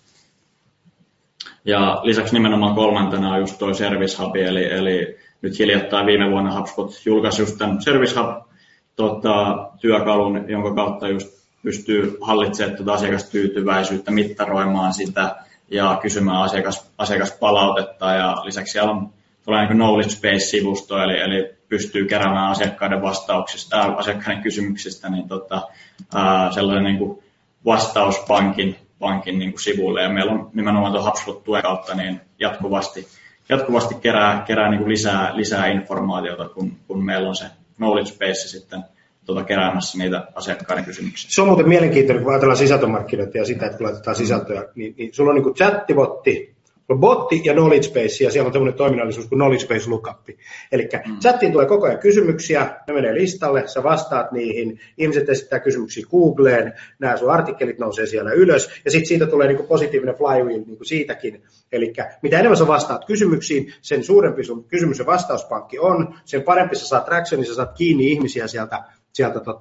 Ja lisäksi nimenomaan kolmantena on just tuo Service Hub, eli, eli nyt hiljattain viime vuonna HubSpot julkaisi just tämän Service Hub-työkalun, tota, jonka kautta just pystyy hallitsemaan tuota asiakastyytyväisyyttä, mittaroimaan sitä ja kysymään asiakas, asiakaspalautetta. Ja lisäksi siellä on niin knowledge base-sivusto, eli, eli pystyy keräämään asiakkaiden vastauksista, äh, asiakkaiden kysymyksistä niin tota, äh, sellainen niin kuin vastauspankin pankin, niin kuin sivuille. Ja meillä on nimenomaan tuon HubSpot-tuen kautta niin jatkuvasti jatkuvasti kerää, kerää niin kuin lisää, lisää informaatiota, kun, kun meillä on se knowledge base sitten tuota keräämässä niitä asiakkaiden kysymyksiä. Se on muuten mielenkiintoinen, kun ajatellaan sisältömarkkinointia ja sitä, että kun laitetaan sisältöä, niin, niin sulla on niin kuin chattibotti, botti ja knowledge base, ja siellä on tämmöinen toiminnallisuus kuin knowledge base lookup. Eli mm. chattiin tulee koko ajan kysymyksiä, ne menee listalle, sä vastaat niihin, ihmiset esittää kysymyksiä Googleen, nämä sun artikkelit nousee siellä ylös, ja sitten siitä tulee niin kuin positiivinen flywheel niin kuin siitäkin. Eli mitä enemmän sä vastaat kysymyksiin, sen suurempi sun kysymys- ja vastauspankki on, sen parempi sä saat traction, niin sä saat kiinni ihmisiä sieltä, sieltä tota,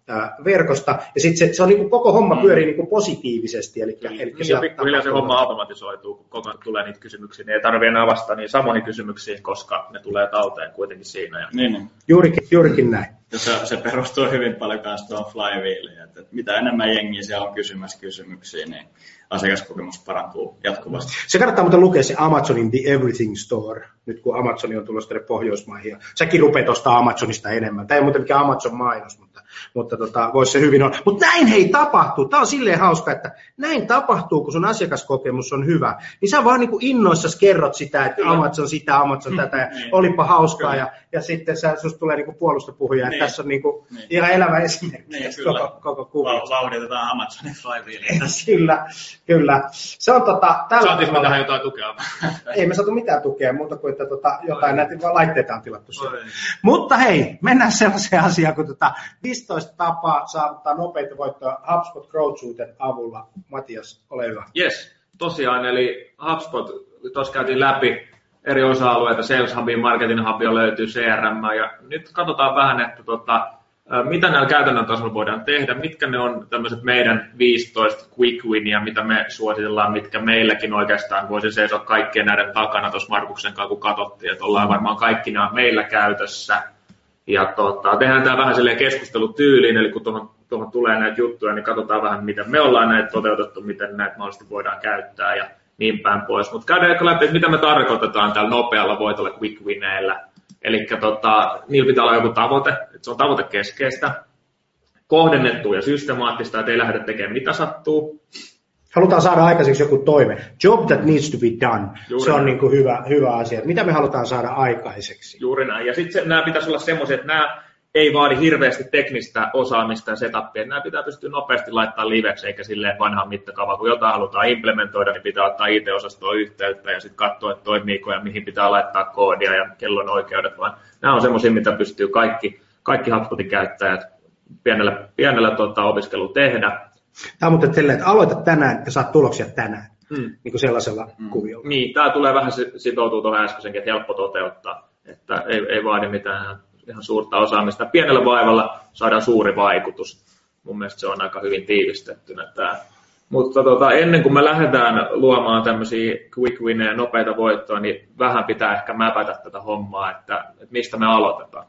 ää, verkosta, ja sitten se, se on niin kuin, koko homma pyörii niin kuin positiivisesti. Eli, niin, eli niin ja pikkuhiljaa se homma automatisoituu, kun koko ajan tulee niitä kysymyksiä, niin ei tarvitse enää vastata niin samoihin kysymyksiin, koska ne tulee talteen kuitenkin siinä. Ja... Niin, niin. Juurikin, juurikin näin. Ja se, se perustuu hyvin paljon myös tuohon flywheeliin, että mitä enemmän jengiä siellä on kysymässä kysymyksiä, niin asiakaskokemus parantuu jatkuvasti. Se kannattaa muuten lukea se Amazonin The Everything Store, nyt kun Amazon on tulossa tänne Pohjoismaihin. Ja säkin rupeat ostaa Amazonista enemmän. Tämä ei muuten mikään Amazon-mainos, mutta, mutta tota, voisi se hyvin olla. Mutta näin hei tapahtuu. Tämä on silleen hauska, että näin tapahtuu, kun sun asiakaskokemus on hyvä. Niin sä vaan niin kuin innoissasi kerrot sitä, että Amazon sitä, Amazon tätä, ja niin. Olipa hauskaa. Ja, ja sitten sä, susta tulee niin kuin puolustapuhuja. Niin. Tässä on niin kuin niin. ihan elävä esimerkki niin, koko, koko kuvio. Vauhditetaan Amazonin flywheelia. Kyllä. Kyllä. Se on tota... Saatiinko me tähän jotain tukea? Ei me saatu mitään tukea, muuta kuin että tota, jotain näitä laitteita on tilattu siellä. Mutta hei, mennään sellaiseen asiaan, kun tota viisitoista tapaa saavuttaa nopeita voittoja HubSpot Growth Suiten avulla. Matias, ole hyvä. Yes, tosiaan, eli HubSpot, tuossa käytiin läpi eri osa-alueita, Sales Hubia, Marketing Hubia löytyy, C R M, ja nyt katsotaan vähän, että tota, mitä näillä käytännön tasolla voidaan tehdä, mitkä ne on tämmöiset meidän viisitoista quick winia, mitä me suositellaan, mitkä meilläkin oikeastaan voisi seisoa kaikkien näiden takana tuossa Markuksen kanssa, kun katsottiin, että ollaan varmaan kaikki nämä meillä käytössä. Ja tota, tehdään tämä vähän silleen keskustelutyyliin, eli kun tuohon, tuohon tulee näitä juttuja, niin katsotaan vähän, miten me ollaan näitä toteutettu, miten näitä mahdollisesti voidaan käyttää ja niin päin pois. Mutta käydään läpi, että mitä me tarkoitetaan tällä nopealla voitolla quick wineillä. Eli tota, niillä pitää olla joku tavoite, että se on tavoitekeskeistä, kohdennettua ja systemaattista, että ei lähdetä tekemään mitä sattuu. Halutaan saada aikaiseksi joku toime. Job that needs to be done. Juuri se on niin kuin hyvä, hyvä asia. Mitä me halutaan saada aikaiseksi? Juuri näin. Ja sitten nämä pitäisi olla semmoisia, että nämä ei vaadi hirveästi teknistä osaamista ja setupia. Nämä pitää pystyä nopeasti laittamaan liveksi, eikä silleen vanhaan mittakaavaan. Kun jotain halutaan implementoida, niin pitää ottaa I T-osastoon yhteyttä ja sitten katsoa, että toimiiko ja mihin pitää laittaa koodia ja kellon oikeudet. Vaan nämä on semmoisia, mitä pystyy kaikki, kaikki HubSpotin käyttäjät pienellä, pienellä tota, opiskelulla tehdä. Tämä on muuten silleen, että aloita tänään ja saat tuloksia tänään, mm. niin kuin sellaisella mm. kuviolla. Niin, tämä tulee vähän sitoutua tuohon äskeisenkin, että helppo toteuttaa, että ei, ei vaadi mitään ihan suurta osaamista. Pienellä vaivalla saadaan suuri vaikutus. Mun mielestä se on aika hyvin tiivistettynä tämä. Mutta tota, ennen kuin me lähdetään luomaan tämmöisiä quick winejä, nopeita voittoja, niin vähän pitää ehkä mäpätä tätä hommaa, että, että mistä me aloitetaan.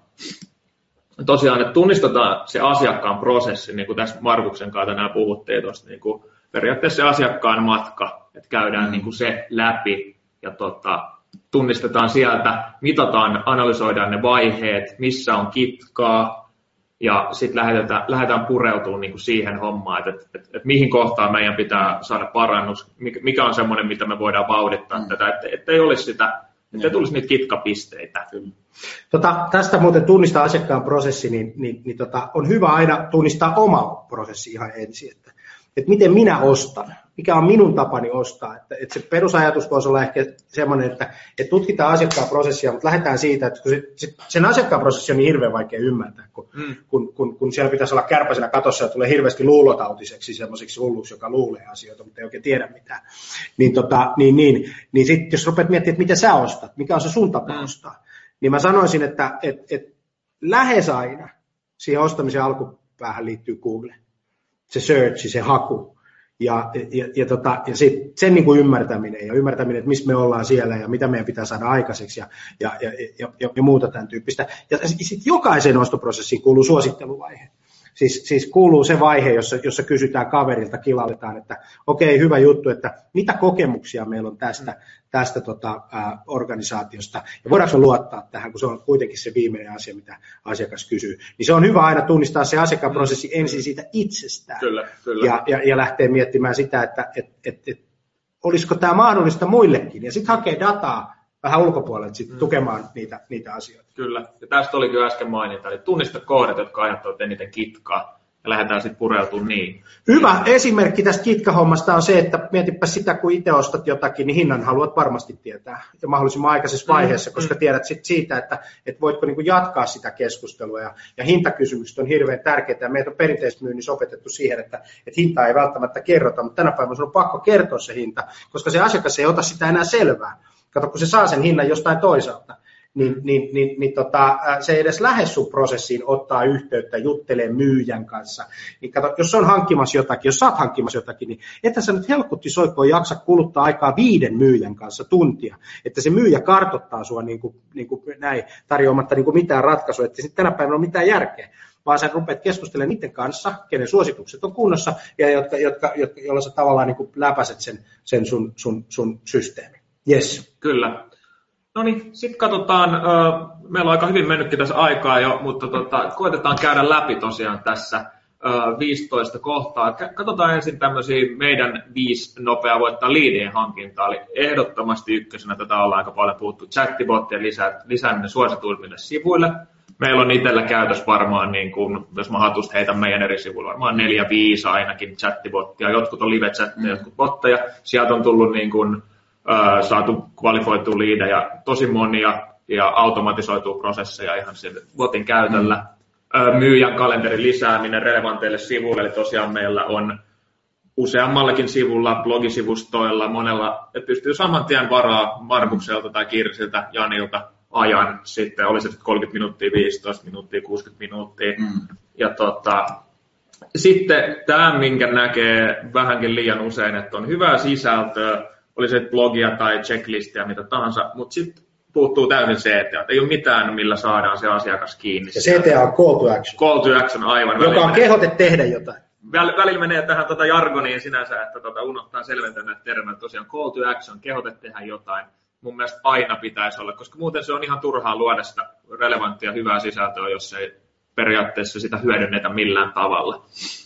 Tosiaan, että tunnistetaan se asiakkaan prosessi, niin kuin tässä Markuksen kanssa tänään puhuttiin tuosta, niin kuin periaatteessa se asiakkaan matka, että käydään mm. niin kuin se läpi ja tota, tunnistetaan sieltä, mitataan, analysoidaan ne vaiheet, missä on kitkaa ja sitten lähdetään, lähdetään pureutumaan niin kuin siihen hommaan, että, että, että, että mihin kohtaan meidän pitää saada parannus, mikä on semmoinen, mitä me voidaan vauhdittaa mm. tätä, että, että ei olisi sitä, että ei tulisi niitä kitkapisteitä. Tota, tästä muuten tunnistaa asiakkaan prosessi, niin, niin, niin tota, on hyvä aina tunnistaa oma prosessi ihan ensin, että, että miten minä ostan, mikä on minun tapani ostaa. Että, että se perusajatus voisi olla ehkä semmoinen, että, että tutkitaan asiakkaan prosessia, mutta lähdetään siitä, että kun se, se, sen asiakkaan prosessi on niin hirveän vaikea ymmärtää, kun, mm. kun, kun, kun siellä pitäisi olla kärpäisenä katossa ja tulee hirveästi luulotautiseksi, semmoiseksi hulluksi, joka luulee asioita, mutta ei oikein tiedä mitään. Niin, tota, niin, niin, niin sitten jos rupeat miettimään, että mitä sä ostat, mikä on se sun tapa mm. ostaa, niin mä sanoisin, että et, et lähes aina siihen ostamisen alkupäähän liittyy Google. Se search, se haku ja, ja, ja, tota, ja sit sen niin kuin ymmärtäminen ja ymmärtäminen, että missä me ollaan siellä ja mitä meidän pitää saada aikaiseksi ja, ja, ja, ja, ja, ja muuta tämän tyyppistä. Ja sitten jokaiseen ostoprosessiin kuuluu suositteluvaihe. Siis, siis kuuluu se vaihe, jossa, jossa kysytään kaverilta, kilautetaan, että okei, okay, hyvä juttu, että mitä kokemuksia meillä on tästä, tästä tota, ää, organisaatiosta, ja voidaanko me luottaa tähän, kun se on kuitenkin se viimeinen asia, mitä asiakas kysyy. Niin se on hyvä aina tunnistaa se asiakasprosessi ensin siitä itsestään, kyllä, kyllä. Ja, ja, ja lähteä miettimään sitä, että et, et, et, olisiko tämä mahdollista muillekin, ja sitten hakee dataa vähän ulkopuolelta sit mm. tukemaan niitä, niitä asioita. Kyllä, ja tästä olikin jo äsken mainita, eli tunnista kohdat, jotka aiheuttavat eniten kitkaa, ja lähdetään sitten pureutumaan niin. Hyvä esimerkki tästä kitkahommasta on se, että mietipä sitä, kun itse ostat jotakin, niin hinnan haluat varmasti tietää, ja mahdollisimman aikaisessa vaiheessa, mm. koska tiedät sit siitä, että et voitko niinku jatkaa sitä keskustelua, ja, ja hintakysymykset on hirveän tärkeitä, ja meitä on perinteisesti myynnissä opetettu siihen, että et hintaa ei välttämättä kerrota, mutta tänä päivänä on pakko kertoa se hinta, koska se asiakas ei ota sitä enää selvää. Kato, kun se saa sen hinnan jostain toisaalta, niin, niin, niin, niin tota, se ei edes lähde sun prosessiin ottaa yhteyttä, juttelee myyjän kanssa. Niin kato, jos on hankkimassa jotakin, jos sä oot hankkimassa jotakin, niin että sä nyt helkutti soikkoon jaksa kuluttaa aikaa viiden myyjän kanssa tuntia, että se myyjä kartoittaa sua niin kuin, niin kuin näin, tarjoamatta niin kuin mitään ratkaisua, että sitten tänä päivänä on mitään järkeä, vaan sä rupeat keskustelemaan niiden kanssa, kenen suositukset on kunnossa, ja jotka, jotka, jotka, joilla sä tavallaan niin kuin läpäiset sen, sen sun, sun, sun systeemin. Yes. Kyllä. No niin, sitten katsotaan, meillä on aika hyvin mennytkin tässä aikaa jo, mutta tota, koetetaan käydä läpi tosiaan tässä viisitoista kohtaa. Katsotaan ensin tämmöisiä meidän viisi nopeaa voittaa liidien hankintaa, eli ehdottomasti ykkösenä tätä ollaan aika paljon puhuttu chattibottien lisää, lisääminen suosituimmille sivuille. Meillä on itsellä käytössä varmaan, niin kun, jos mä hatusta heitän meidän eri sivuilla, varmaan neljä, viisi ainakin chattibottia. Jotkut on live-chatteja, mm. jotkut botteja. Sieltä on tullut niin kun, äh, saatu kvalifioitua liidejä tosi monia ja automatisoitua prosesseja ihan sille botin käytöllä. Mm. Äh, myyjän kalenterin lisääminen relevanteille sivuille, eli tosiaan meillä on useammallakin sivulla, blogisivustoilla, monella, että pystyy saman tien varaa Markukselta tai Kirsiltä, Janilta, ajan sitten, oli se kolmekymmentä minuuttia, viisitoista minuuttia, kuusikymmentä minuuttia. Mm. Ja tota, sitten tämä, minkä näkee vähänkin liian usein, että on hyvää sisältöä, oli se blogia tai checklistia, mitä tahansa, mutta sitten puuttuu täysin C T A. Ei ole mitään, millä saadaan se asiakas kiinni. Ja C T A on call to action. Call to action, aivan. Joka on kehote tehdä jotain. Välillä menee tähän tota jargoniin sinänsä, että tota unohtaa selventää näitä termejä. Tosiaan call to action, kehote tehdä jotain. Mun mielestä aina pitäisi olla, koska muuten se on ihan turhaa luoda sitä relevanttia hyvää sisältöä, jos ei periaatteessa sitä hyödynnetä millään tavalla.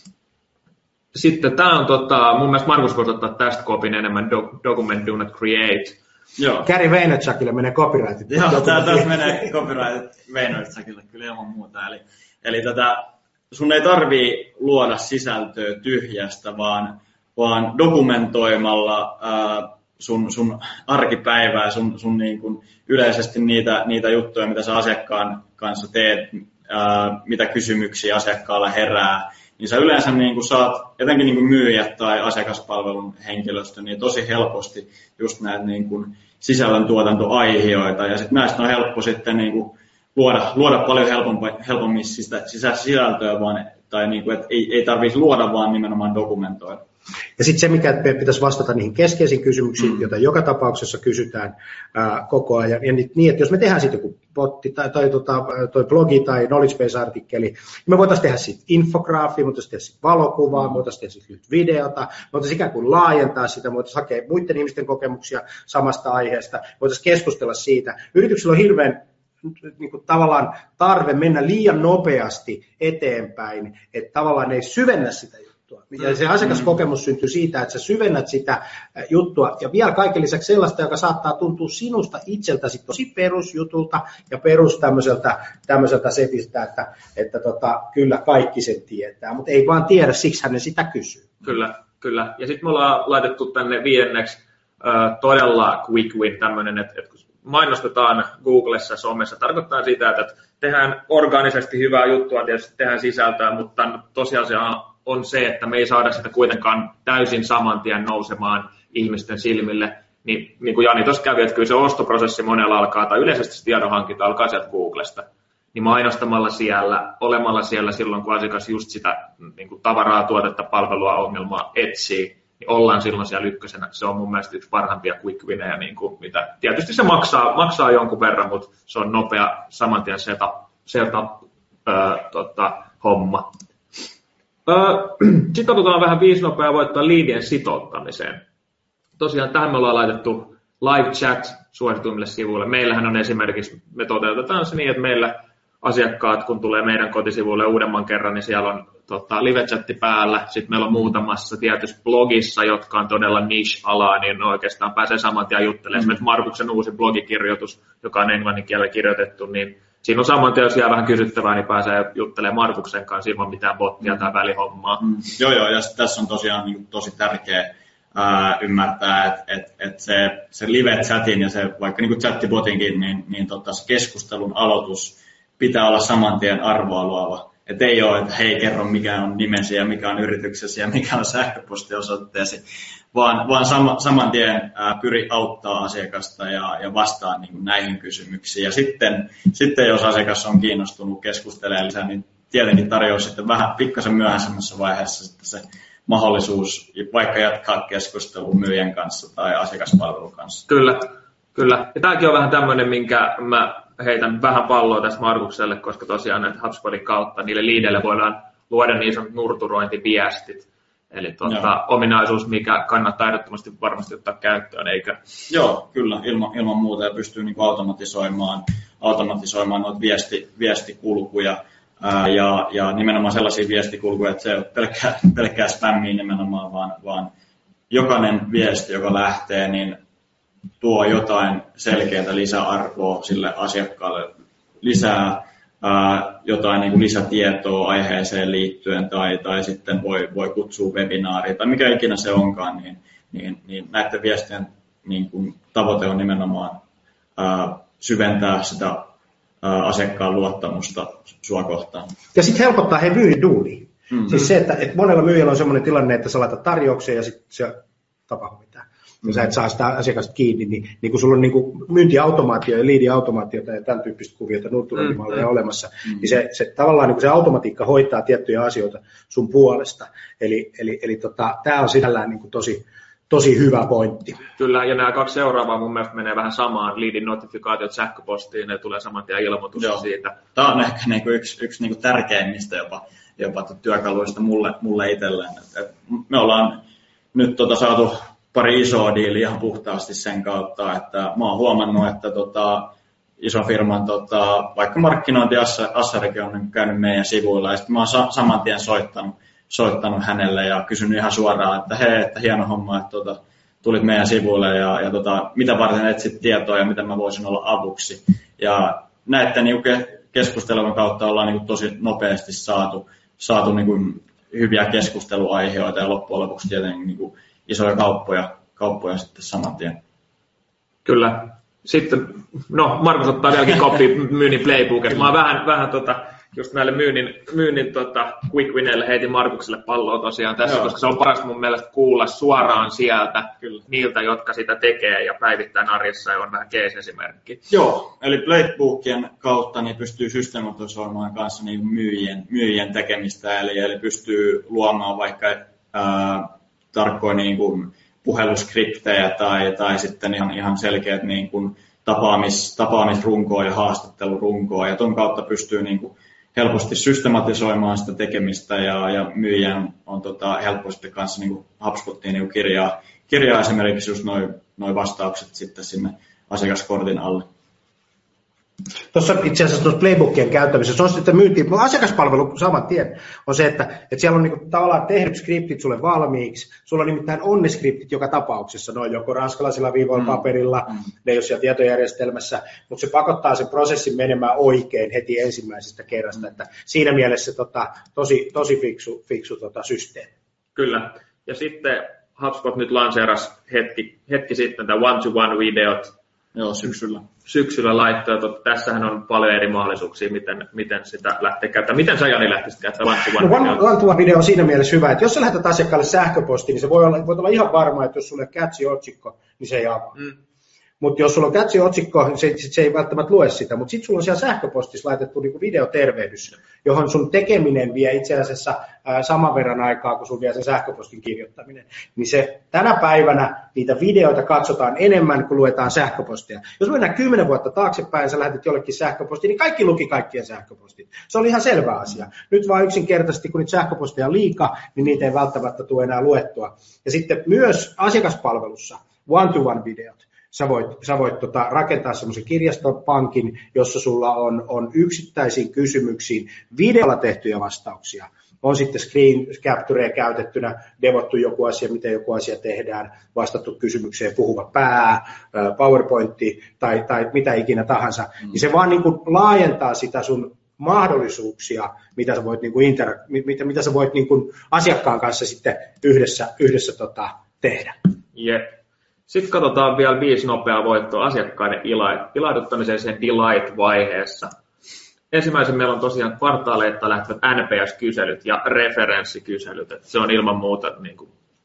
Sitten tämä on, tota, mun mielestä Markus voisi ottaa tästä kopin enemmän, document do not create. Joo. Gary Vaynerchukille menee copyrightit. Joo, tässä menee copyrightit Vaynerchukille kyllä ilman muuta. Eli, eli tätä, sun ei tarvii luoda sisältöä tyhjästä, vaan, vaan dokumentoimalla ää, sun, sun arkipäivää, sun, sun niin kuin yleisesti niitä, niitä juttuja, mitä sä asiakkaan kanssa teet, ää, mitä kysymyksiä asiakkaalla herää, niin sä yleensä niin kuin saat, etenkin niin kuin myyjät tai asiakaspalvelun henkilöstö, niin tosi helposti just näitä niin kuin sisällöntuotantoaihioita, ja sitten näistä on helppo sitten niin kuin luoda, luoda paljon helpommin, helpommin sitä sisältöä, vaan, tai niin kuin, että ei, ei tarvitse luoda, vaan nimenomaan dokumentoida. Ja sitten se, mikä pitäisi vastata niihin keskeisiin kysymyksiin, mm. joita joka tapauksessa kysytään ää, koko ajan. Ja niin, että jos me tehdään sitten joku botti tai, tai tota, toi blogi tai knowledge base-artikkeli, niin me voitaisiin tehdä sitten infograafia, me voitaisiin tehdä sitten valokuvaa, me voitaisiin tehdä sitten videota, me voitaisiin ikään kuin laajentaa sitä, me voitaisiin hakea muiden ihmisten kokemuksia samasta aiheesta, me voitaisiin keskustella siitä. Yrityksillä on hirveän niin kuin tavallaan tarve mennä liian nopeasti eteenpäin, että tavallaan ne ei syvennä sitä juttua. Ja se asiakaskokemus syntyy siitä, että sä syvennät sitä juttua, ja vielä kaiken lisäksi sellaista, joka saattaa tuntua sinusta itseltäsi tosi perusjutulta ja perus tämmöiseltä, tämmöiseltä setiltä, että, että tota, kyllä kaikki sen tietää, mutta ei vaan tiedä, siksi hän sitä kysyy. Kyllä, kyllä. Ja sitten me ollaan laitettu tänne viidenneksi äh, todella quick win tämmöinen, että, että kun mainostetaan Googlessa, somessa, tarkoittaa sitä, että tehdään organisesti hyvää juttua, tietysti tehdään sisältöä, mutta tosiasiassa on se, että me ei saada sitä kuitenkaan täysin saman tien nousemaan ihmisten silmille. Niin, niin kuin Jani tuossa kävi, että kyllä se ostoprosessi monella alkaa, tai yleisesti se tiedonhankinta alkaa sieltä Googlesta. Niin mainostamalla siellä, olemalla siellä silloin, kun asiakas just sitä niin kuin tavaraa, tuotetta, palvelua, ongelmaa etsii, niin ollaan silloin siellä ykkösenä. Se on mun mielestä yksi parhaimpia quick winejä, niin kuin mitä. Tietysti se maksaa, maksaa jonkun verran, mutta se on nopea saman tien setup, setup äh, tota, homma. Sitten otetaan vähän viisi nopeaa voittaa liidien sitouttamiseen. Tosiaan tähän me ollaan laitettu live chat suosituimmille sivuille. Meillähän on esimerkiksi, me toteutetaan se niin, että meillä asiakkaat, kun tulee meidän kotisivuille uudemman kerran, niin siellä on tota, live-chatti päällä. Sitten meillä on muutamassa tietyssä blogissa, jotka on todella niche-alaa, niin oikeastaan pääsee saman tien juttelemaan. Mm. Esimerkiksi Markuksen uusi blogikirjoitus, joka on englannin kielellä kirjoitettu, niin siinä on saman tien, jos jää vähän kysyttävää, niin pääsee juttelemaan Markuksen kanssa ilman mitään bottia mm. tai välihommaa. Mm. Joo, joo, ja tässä on tosiaan niin, tosi tärkeä ää, ymmärtää, että et, et se, se live-chatin ja se vaikka niin chattibotinkin, niin, niin tota, se keskustelun aloitus pitää olla saman tien arvoa luova. Että ei ole, että hei, kerro mikä on nimesi ja mikä on yrityksesi ja mikä on sähköpostiosoitteesi, vaan, vaan sama, saman tien ää, pyri auttaa asiakasta ja, ja vastaa niin kuin näihin kysymyksiin. Ja sitten, sitten jos asiakas on kiinnostunut keskustelemaan lisää, niin tietenkin tarjoaa sitten vähän pikkasen myöhäisemmässä vaiheessa sitten se mahdollisuus vaikka jatkaa keskustelua myyjän kanssa tai asiakaspalvelun kanssa. Kyllä, kyllä. Ja tämäkin on vähän tämmöinen, minkä mä heitän vähän palloa tässä Markukselle, koska tosiaan näitä HubSpotin kautta niille liideille voidaan luoda niin sanotut nurturointiviestit. Eli tuota, ominaisuus, mikä kannattaa ehdottomasti varmasti ottaa käyttöön, eikö? Joo, kyllä, ilman, ilman muuta, ja pystyy niin kuin automatisoimaan, automatisoimaan noita viesti, viestikulkuja. Ja, ja nimenomaan sellaisia viestikulkuja, että se ei ole pelkkää, pelkkää spämmiä nimenomaan, vaan, vaan jokainen viesti, joka lähtee, niin tuo jotain selkeää lisäarvoa sille asiakkaalle, lisää ää, jotain niin kuin lisätietoa aiheeseen liittyen, tai, tai sitten voi, voi kutsua webinaariin, tai mikä ikinä se onkaan, niin, niin, niin näiden viestien niin kuin tavoite on nimenomaan ää, syventää sitä asiakkaan luottamusta sua kohtaan. Ja sitten helpottaa he myyn duunia. Mm-hmm. Siis se, että, että monella myyjällä on sellainen tilanne, että sä laitat tarjouksia ja sitten se tapahtuu mitään. Mm-hmm. Ja sä et saa sitä asiakasta kiinni, niin, niin kun sulla on niin kuin myyntiautomaatio ja liidiautomaatiota ja tämän tyyppistä kuviota, nurturointimalleja mm-hmm. olemassa, mm-hmm. niin se, se tavallaan niin kuin se automatiikka hoitaa tiettyjä asioita sun puolesta. Eli, eli, eli tota, tämä on sinällään niin kuin tosi, tosi hyvä pointti. Kyllä, ja nämä kaksi seuraavaa mun mielestä menee vähän samaan. Leadin notifikaatiot sähköpostiin, ne tulee saman tien ilmoitus Joo. siitä. Tämä on ehkä niinku yksi, yksi niinku tärkeimmistä jopa, jopa työkaluista mulle, mulle itselleen. Et, et me ollaan nyt tota saatu pari isoa diiliä ihan puhtaasti sen kautta, että mä oon huomannut, että tota, iso firman tota, vaikka markkinointiassarikin on käynyt meidän sivuilla, ja sitten mä oon sa- saman tien soittanut. soittanut hänelle ja kysynyt ihan suoraan, että hei, että hieno homma, että tuota, tulit meidän sivuille ja, ja tota, mitä varten etsit tietoa ja miten mä voisin olla avuksi. Ja näiden niin keskustelun kautta ollaan niin tosi nopeasti saatu, saatu niin hyviä keskusteluaiheita ja loppujen lopuksi tietenkin niin isoja kauppoja, kauppoja sitten saman tien. Kyllä. Sitten, no Markus ottaa vieläkin koppi myynnin playbookista. Mä oon vähän, vähän tota, just näille myynnin, myynnin tota, quick winneille heitin Markukselle palloa tosiaan tässä, Joo. koska se on parasta mun mielestä kuulla suoraan sieltä Kyllä. niiltä, jotka sitä tekee ja päivittäin arjessa ja on vähän case-esimerkki. Joo, eli playbookien kautta niin pystyy systematisoimaan kanssa niin myyjien, myyjien tekemistä, eli, eli pystyy luomaan vaikka ää, tarkkoja niin kuin puheluskriptejä tai, tai sitten ihan, ihan selkeät niin kuin tapaamis, tapaamisrunkoa ja haastattelurunkoa, ja tuon kautta pystyy niin kuin helposti systematisoimaan sitä tekemistä, ja, ja myyjän on tota, helposti kanssa niin kuin HubSpotiin niin kuin kirjaa, kirjaa esimerkiksi just noin noi vastaukset sitten sinne asiakaskortin alle. Tuossa itse asiassa tuossa playbookien käyttämisessä on sitten myynti, asiakaspalvelu saman tien on se, että, että siellä on niinku tavallaan tehdyt skriptit sulle valmiiksi. Sulla on nimittäin onneskriptit joka tapauksessa, ne on joko ranskalaisilla viivoilla, mm. paperilla, mm. ne ei ole siellä tietojärjestelmässä, mutta se pakottaa sen prosessin menemään oikein heti ensimmäisestä kerrasta. Mm. Että siinä mielessä tota, tosi, tosi fiksu, fiksu tota, systeemi. Kyllä, ja sitten HubSpot nyt lanseerasi hetki, hetki sitten tämä one-to-one-videot. Joo, syksyllä. Syksyllä laittaa, että tässähän on paljon eri mahdollisuuksia, miten, miten sitä lähtee käyttämään. Miten sä, Jani, lähtisit käyttämään one-to-one-video on siinä mielessä hyvä, että jos sä lähetät asiakkaalle sähköpostiin, niin se voi olla, voit olla ihan varma, että jos sulle catchy otsikko, niin se ei avaa. Mm. Mutta jos sulla on catchy otsikko, niin se, se ei välttämättä lue sitä, mutta sitten sulla on siellä sähköpostissa laitettu niinku videotervehdys, johon sun tekeminen vie itse asiassa ää, saman verran aikaa, kun sun vie sen sähköpostin kirjoittaminen. Niin se tänä päivänä niitä videoita katsotaan enemmän, kuin luetaan sähköpostia. Jos mennään kymmenen vuotta taaksepäin ja sä lähetit jollekin sähköpostiin, niin kaikki luki kaikkien sähköpostit. Se oli ihan selvä asia. Nyt vaan yksinkertaisesti, kun niitä sähköposteja on liikaa, niin niitä ei välttämättä tule enää luettua. Ja sitten myös asiakaspalvelussa one-to-one-videot. Sä voit, sä voit tota, rakentaa semmoisen kirjastopankin, jossa sulla on, on yksittäisiin kysymyksiin videolla tehtyjä vastauksia. On sitten screen captureja käytettynä, devottu joku asia, miten joku asia tehdään, vastattu kysymykseen, puhuva pää, PowerPointti tai, tai mitä ikinä tahansa. Mm. Niin se vaan niin kuin laajentaa sitä sun mahdollisuuksia, mitä sä voit, niin kuin intera- mitä, mitä sä voit niin kuin asiakkaan kanssa sitten yhdessä, yhdessä tota, tehdä. Jep. Sitten katsotaan vielä viisi nopeaa voittoa asiakkaiden ilahduttamiseen sen delight-vaiheessa. Ensimmäisen meillä on tosiaan kvartaaleita lähtevät N P S-kyselyt ja referenssikyselyt. Että se on ilman muuta niin kuin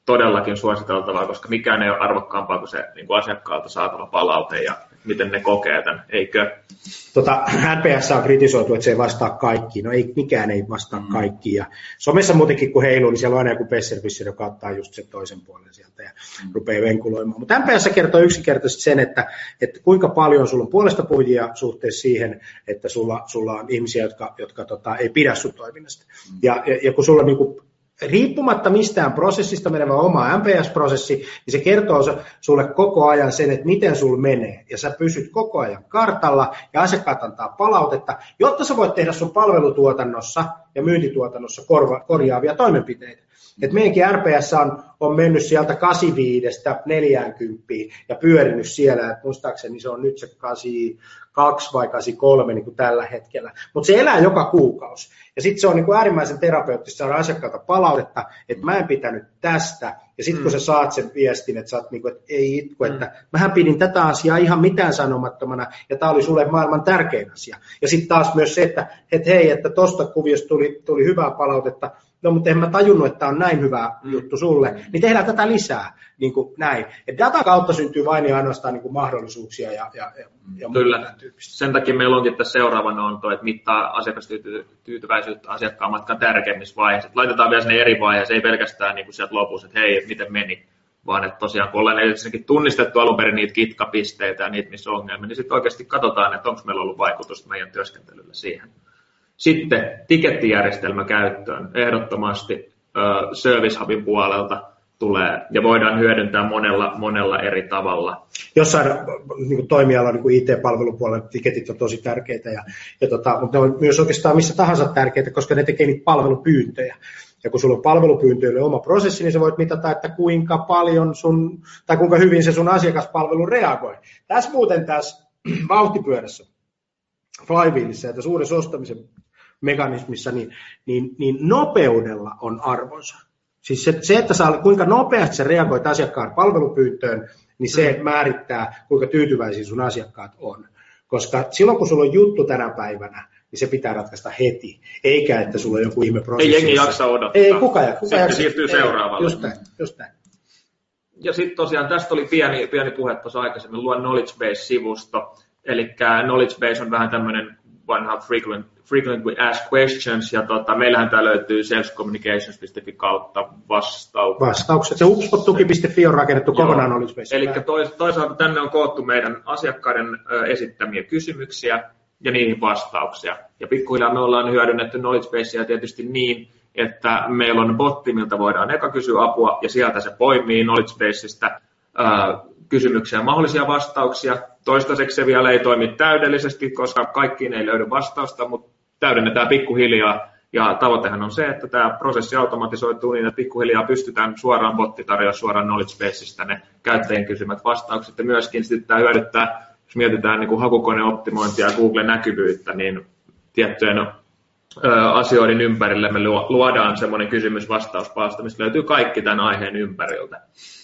todellakin suositeltavaa, koska mikään ei ole arvokkaampaa kuin se niin kuin asiakkaalta saatava palaute ja miten ne kokee tämän, eikö? Tota, N P S on kritisoitu, että se ei vastaa kaikkiin. No ei, mikään ei vastaa mm. kaikkiin. Ja somessa muutenkin kun heiluu, niin siellä on aina joku pesservisser, joka ottaa just sen toisen puolen sieltä ja mm. rupeaa venkuloimaan. Mutta N P S kertoo yksinkertaisesti sen, että, että kuinka paljon sulla on puolesta puhujia suhteessa siihen, että sulla, sulla on ihmisiä, jotka, jotka tota, ei pidä sun toiminnasta. Mm. Ja, ja, ja kun sulla on niin kuin riippumatta mistään prosessista menevä oma M P S-prosessi, niin se kertoo sulle koko ajan sen, että miten sulla menee. Ja sä pysyt koko ajan kartalla ja asiakkaat antaa palautetta, jotta sä voit tehdä sun palvelutuotannossa ja myyntituotannossa korva, korjaavia toimenpiteitä. Et meidänkin R P S on, on mennyt sieltä kahdeksankymmentäviisi neljäänkymmeneen ja pyörinyt siellä, että muistaakseni se on nyt se kahdeksankymmentäkaksi vai kahdeksankymmentäkolme niin kuin tällä hetkellä. Mutta se elää joka kuukausi. Ja sitten se on niin kuin äärimmäisen terapeuttista saada asiakkaalta palautetta, että mä en pitänyt tästä. Ja sitten kun mm. sä saat sen viestin, että sä oot niin kuin, että ei itku, että mm. mähän pidin tätä asiaa ihan mitään sanomattomana, ja tämä oli sulle maailman tärkein asia. Ja sitten taas myös se, että et hei, että tosta kuviosta tuli, tuli hyvää palautetta, no mutta en mä tajunnut, että tämä on näin hyvä mm. juttu sulle, niin tehdään tätä lisää, niin kuin näin. Et datan kautta syntyy vain ja ainoastaan niin kuin mahdollisuuksia ja, ja, ja Kyllä. Sen takia meillä onkin tässä seuraavana on tuo, että mittaa asiakastyytyväisyyttä asiakkaan matkan tärkeimmissä vaiheissa. Laitetaan vielä sinne eri vaiheissa, ei pelkästään niin kuin sieltä lopussa, että hei, miten meni, vaan että tosiaan kun ollaan ensinnäkin tunnistettu alun perin niitä kitkapisteitä ja niitä, missä on ongelmia, niin sitten oikeasti katsotaan, että onko meillä ollut vaikutusta meidän työskentelyllä siihen. Sitten tikettijärjestelmä käyttöön ehdottomasti uh, Service Hubin puolelta tulee ja voidaan hyödyntää monella, monella eri tavalla. Jossain niin toimialalla niin I T-palvelupuolella tiketit on tosi tärkeitä, ja, ja tota, mutta ne on myös oikeastaan missä tahansa tärkeitä, koska ne tekee niitä palvelupyyntöjä. Ja kun sulla on palvelupyyntöille oma prosessi, niin sä voit mitata, että kuinka paljon sun, tai kuinka hyvin se sun asiakaspalvelu reagoi. Tässä muuten tässä vauhtipyörässä, Flywheelissä ja tässä uudessa ostamisen mekanismissa, niin, niin, niin nopeudella on arvonsa. Siis se, se että sä, kuinka nopeasti sä reagoit asiakkaan palvelupyyntöön, niin se määrittää, kuinka tyytyväisiä sun asiakkaat on. Koska silloin, kun sulla on juttu tänä päivänä, niin se pitää ratkaista heti. Eikä, että sulla on joku ihme prosessi. Ei jengi jaksa odottaa. Ei, kuka, kuka Sitten jaksa. siirtyy seuraavalle. Just näin, just näin. Ja sitten tosiaan, tästä oli pieni, pieni puhe tuossa aikaisemmin, luon Knowledge Base-sivusto. Eli Knowledge Base on vähän tämmöinen vanha frequent, frequently asked questions, ja tota, meillähän tämä löytyy salescommunications piste fi kautta vastaukset. Vastaukset. Se hubspot-tuki piste fi on rakennettu kokonaan Knowledge Base. Eli toisaalta tänne on koottu meidän asiakkaiden esittämiä kysymyksiä ja niihin vastauksia. Ja pikkuhiljaa me ollaan hyödynnetty Knowledge Basea tietysti niin, että meillä on botti, miltä voidaan eka kysyä apua, ja sieltä se poimii Knowledge Baseista ää, kysymyksiä ja mahdollisia vastauksia. Toistaiseksi se vielä ei toimi täydellisesti, koska kaikkiin ei löydy vastausta, mutta täydennetään pikkuhiljaa. Ja tavoitehan on se, että tämä prosessi automatisoituu niin, että pikkuhiljaa pystytään suoraan botti tarjoamaan suoraan Knowledge Baseista ne käyttäjien kysymät vastaukset. Ja myöskin sitten tämä hyödyttää, jos mietitään niin kuin hakukoneoptimointia ja Google-näkyvyyttä, niin tiettyjen ö, asioiden ympärille me luodaan semmoinen kysymys-vastauspalsta, mistä löytyy kaikki tämän aiheen ympäriltä.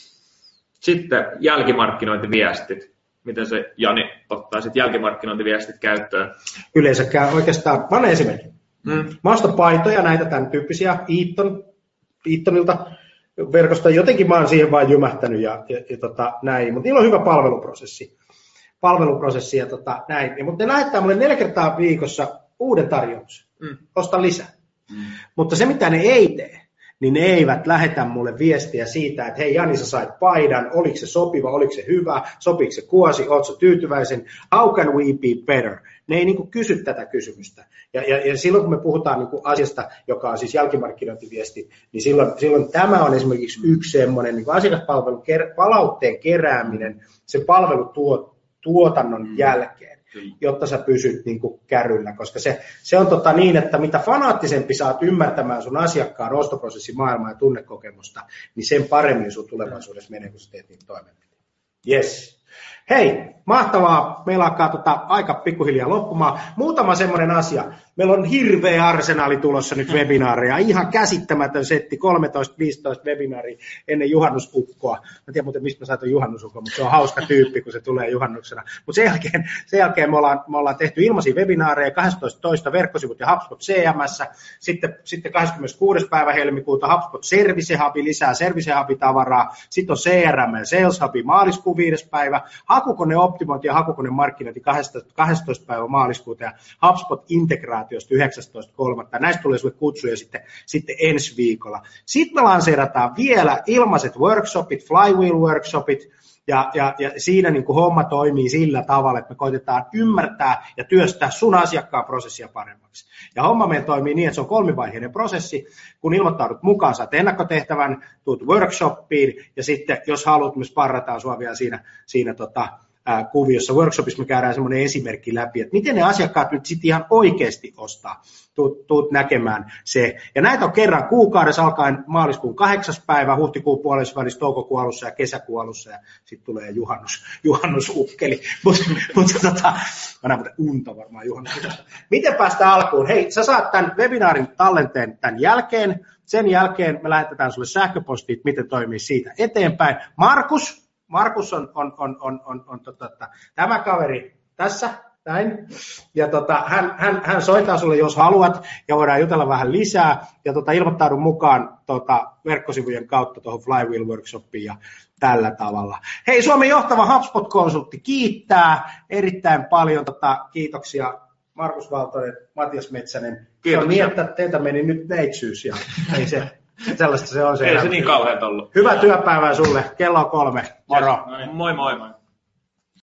Sitten jälkimarkkinointiviestit. Miten se, Jani, ottaa sitten jälkimarkkinointiviestit käyttöön? Yleensäkään oikeastaan, mä esimerkki. Hmm. Mä ostan paitoja, näitä tämän tyyppisiä, Eaton, Eatonilta verkosta. Jotenkin mä oon siihen vaan jymähtänyt ja, ja, ja tota, näin, mutta niillä on hyvä palveluprosessi. Palveluprosessi ja tota, näin. Ja, mutta ne lähettää mulle neljä kertaa viikossa uuden tarjouksen. Hmm. Osta lisää. Hmm. Mutta se, mitä ne ei tee, niin ne eivät lähetä mulle viestiä siitä, että hei Jani, sä sait paidan, oliko se sopiva, oliko se hyvä, sopiiko se kuosi, ootko sä tyytyväisen, how can we be better? Ne ei niin kuin kysy tätä kysymystä. Ja, ja, ja silloin kun me puhutaan niin kuin asiasta, joka on siis jälkimarkkinointiviesti, niin silloin, silloin tämä on esimerkiksi yksi semmoinen niin kuin asiakaspalvelun ker- palautteen kerääminen sen palvelutuotannon mm. jälkeen, jotta sä pysyt niin kuin kärryllä, koska se, se on tota niin, että mitä fanaattisempi saat ymmärtämään sun asiakkaan ostoprosessin maailmaa ja tunnekokemusta, niin sen paremmin sun tulevaisuudessa menee, kun sä teet niitä toimenpiteitä. Yes. Hei, mahtavaa. Meillä alkaa tota aika pikkuhiljaa loppumaan. Muutama semmoinen asia. Meillä on hirveä arsenaali tulossa nyt webinaareja. Ihan käsittämätön setti, kolmetoista viisitoista webinaaria ennen juhannusukkoa. Mä tiedän muuten, mistä mä saatoin juhannusukkoa, mutta se on hauska tyyppi, kun se tulee juhannuksena. Mutta sen jälkeen, sen jälkeen me, ollaan, me ollaan tehty ilmaisia webinaareja, kahdestoista toista verkkosivut ja HubSpot C M S. Sitten, sitten kahdeskymmeneskuudes päivä helmikuuta HubSpot Service Hub, lisää Service Hub-tavaraa. Sitten on C R M ja Sales Hub maaliskuun viides päivä. Hakukone optimointi ja hakukone markkinointi kahdestoista päivä maaliskuuta ja HubSpot integraatiosta yhdeksästoista kolmatta Näistä tulee sulle kutsuja sitten, sitten ensi viikolla. Sitten me lanseerataan vielä ilmaiset workshopit, flywheel-workshopit, ja, ja, ja siinä niin kuin homma toimii sillä tavalla, että me koitetaan ymmärtää ja työstää sun asiakkaan prosessia paremmaksi. Ja homma meillä toimii niin, että se on kolmivaiheinen prosessi. Kun ilmoittaudut mukaan, saat ennakkotehtävän, tuut workshopiin, ja sitten jos haluat, me sparrataan sua vielä siinä, siinä tota, ää, kuviossa. Workshopissa me käydään semmoinen esimerkki läpi, että miten ne asiakkaat nyt sitten ihan oikeasti ostaa. Tuut, tuut näkemään se. Ja näitä on kerran kuukaudessa alkaen maaliskuun kahdeksas päivä, huhtikuun puolessa välissä, toukokuun alussa ja kesäkuun alussa, ja sitten tulee juhannus, juhannusukkeli. Mutta mut, tota, mä näen muuten unta varmaan juhannuksesta. Miten päästään alkuun? Hei, sä saat tämän webinaarin tallenteen tämän jälkeen. Sen jälkeen me lähetetään sulle sähköpostit, miten toimii siitä eteenpäin. Markus, Markus on, on, on, on, on, on tota, tämä kaveri tässä. Näin. Ja tota, hän, hän, hän soittaa sulle, jos haluat, ja voidaan jutella vähän lisää. Ja tota, ilmoittaudun mukaan tota, verkkosivujen kautta tuohon Flywheel Workshopiin ja tällä tavalla. Hei, Suomen johtava HubSpot-konsultti kiittää erittäin paljon. Tota, kiitoksia Markus Valtonen, Matias Metsänen. Se on niin, että teiltä meni nyt neitsyys. Ja ei se, sellaista se on. Se ei se niin kauhean ollut. Hyvää työpäivää sulle. Kello on kolme. Moro. Moi moi.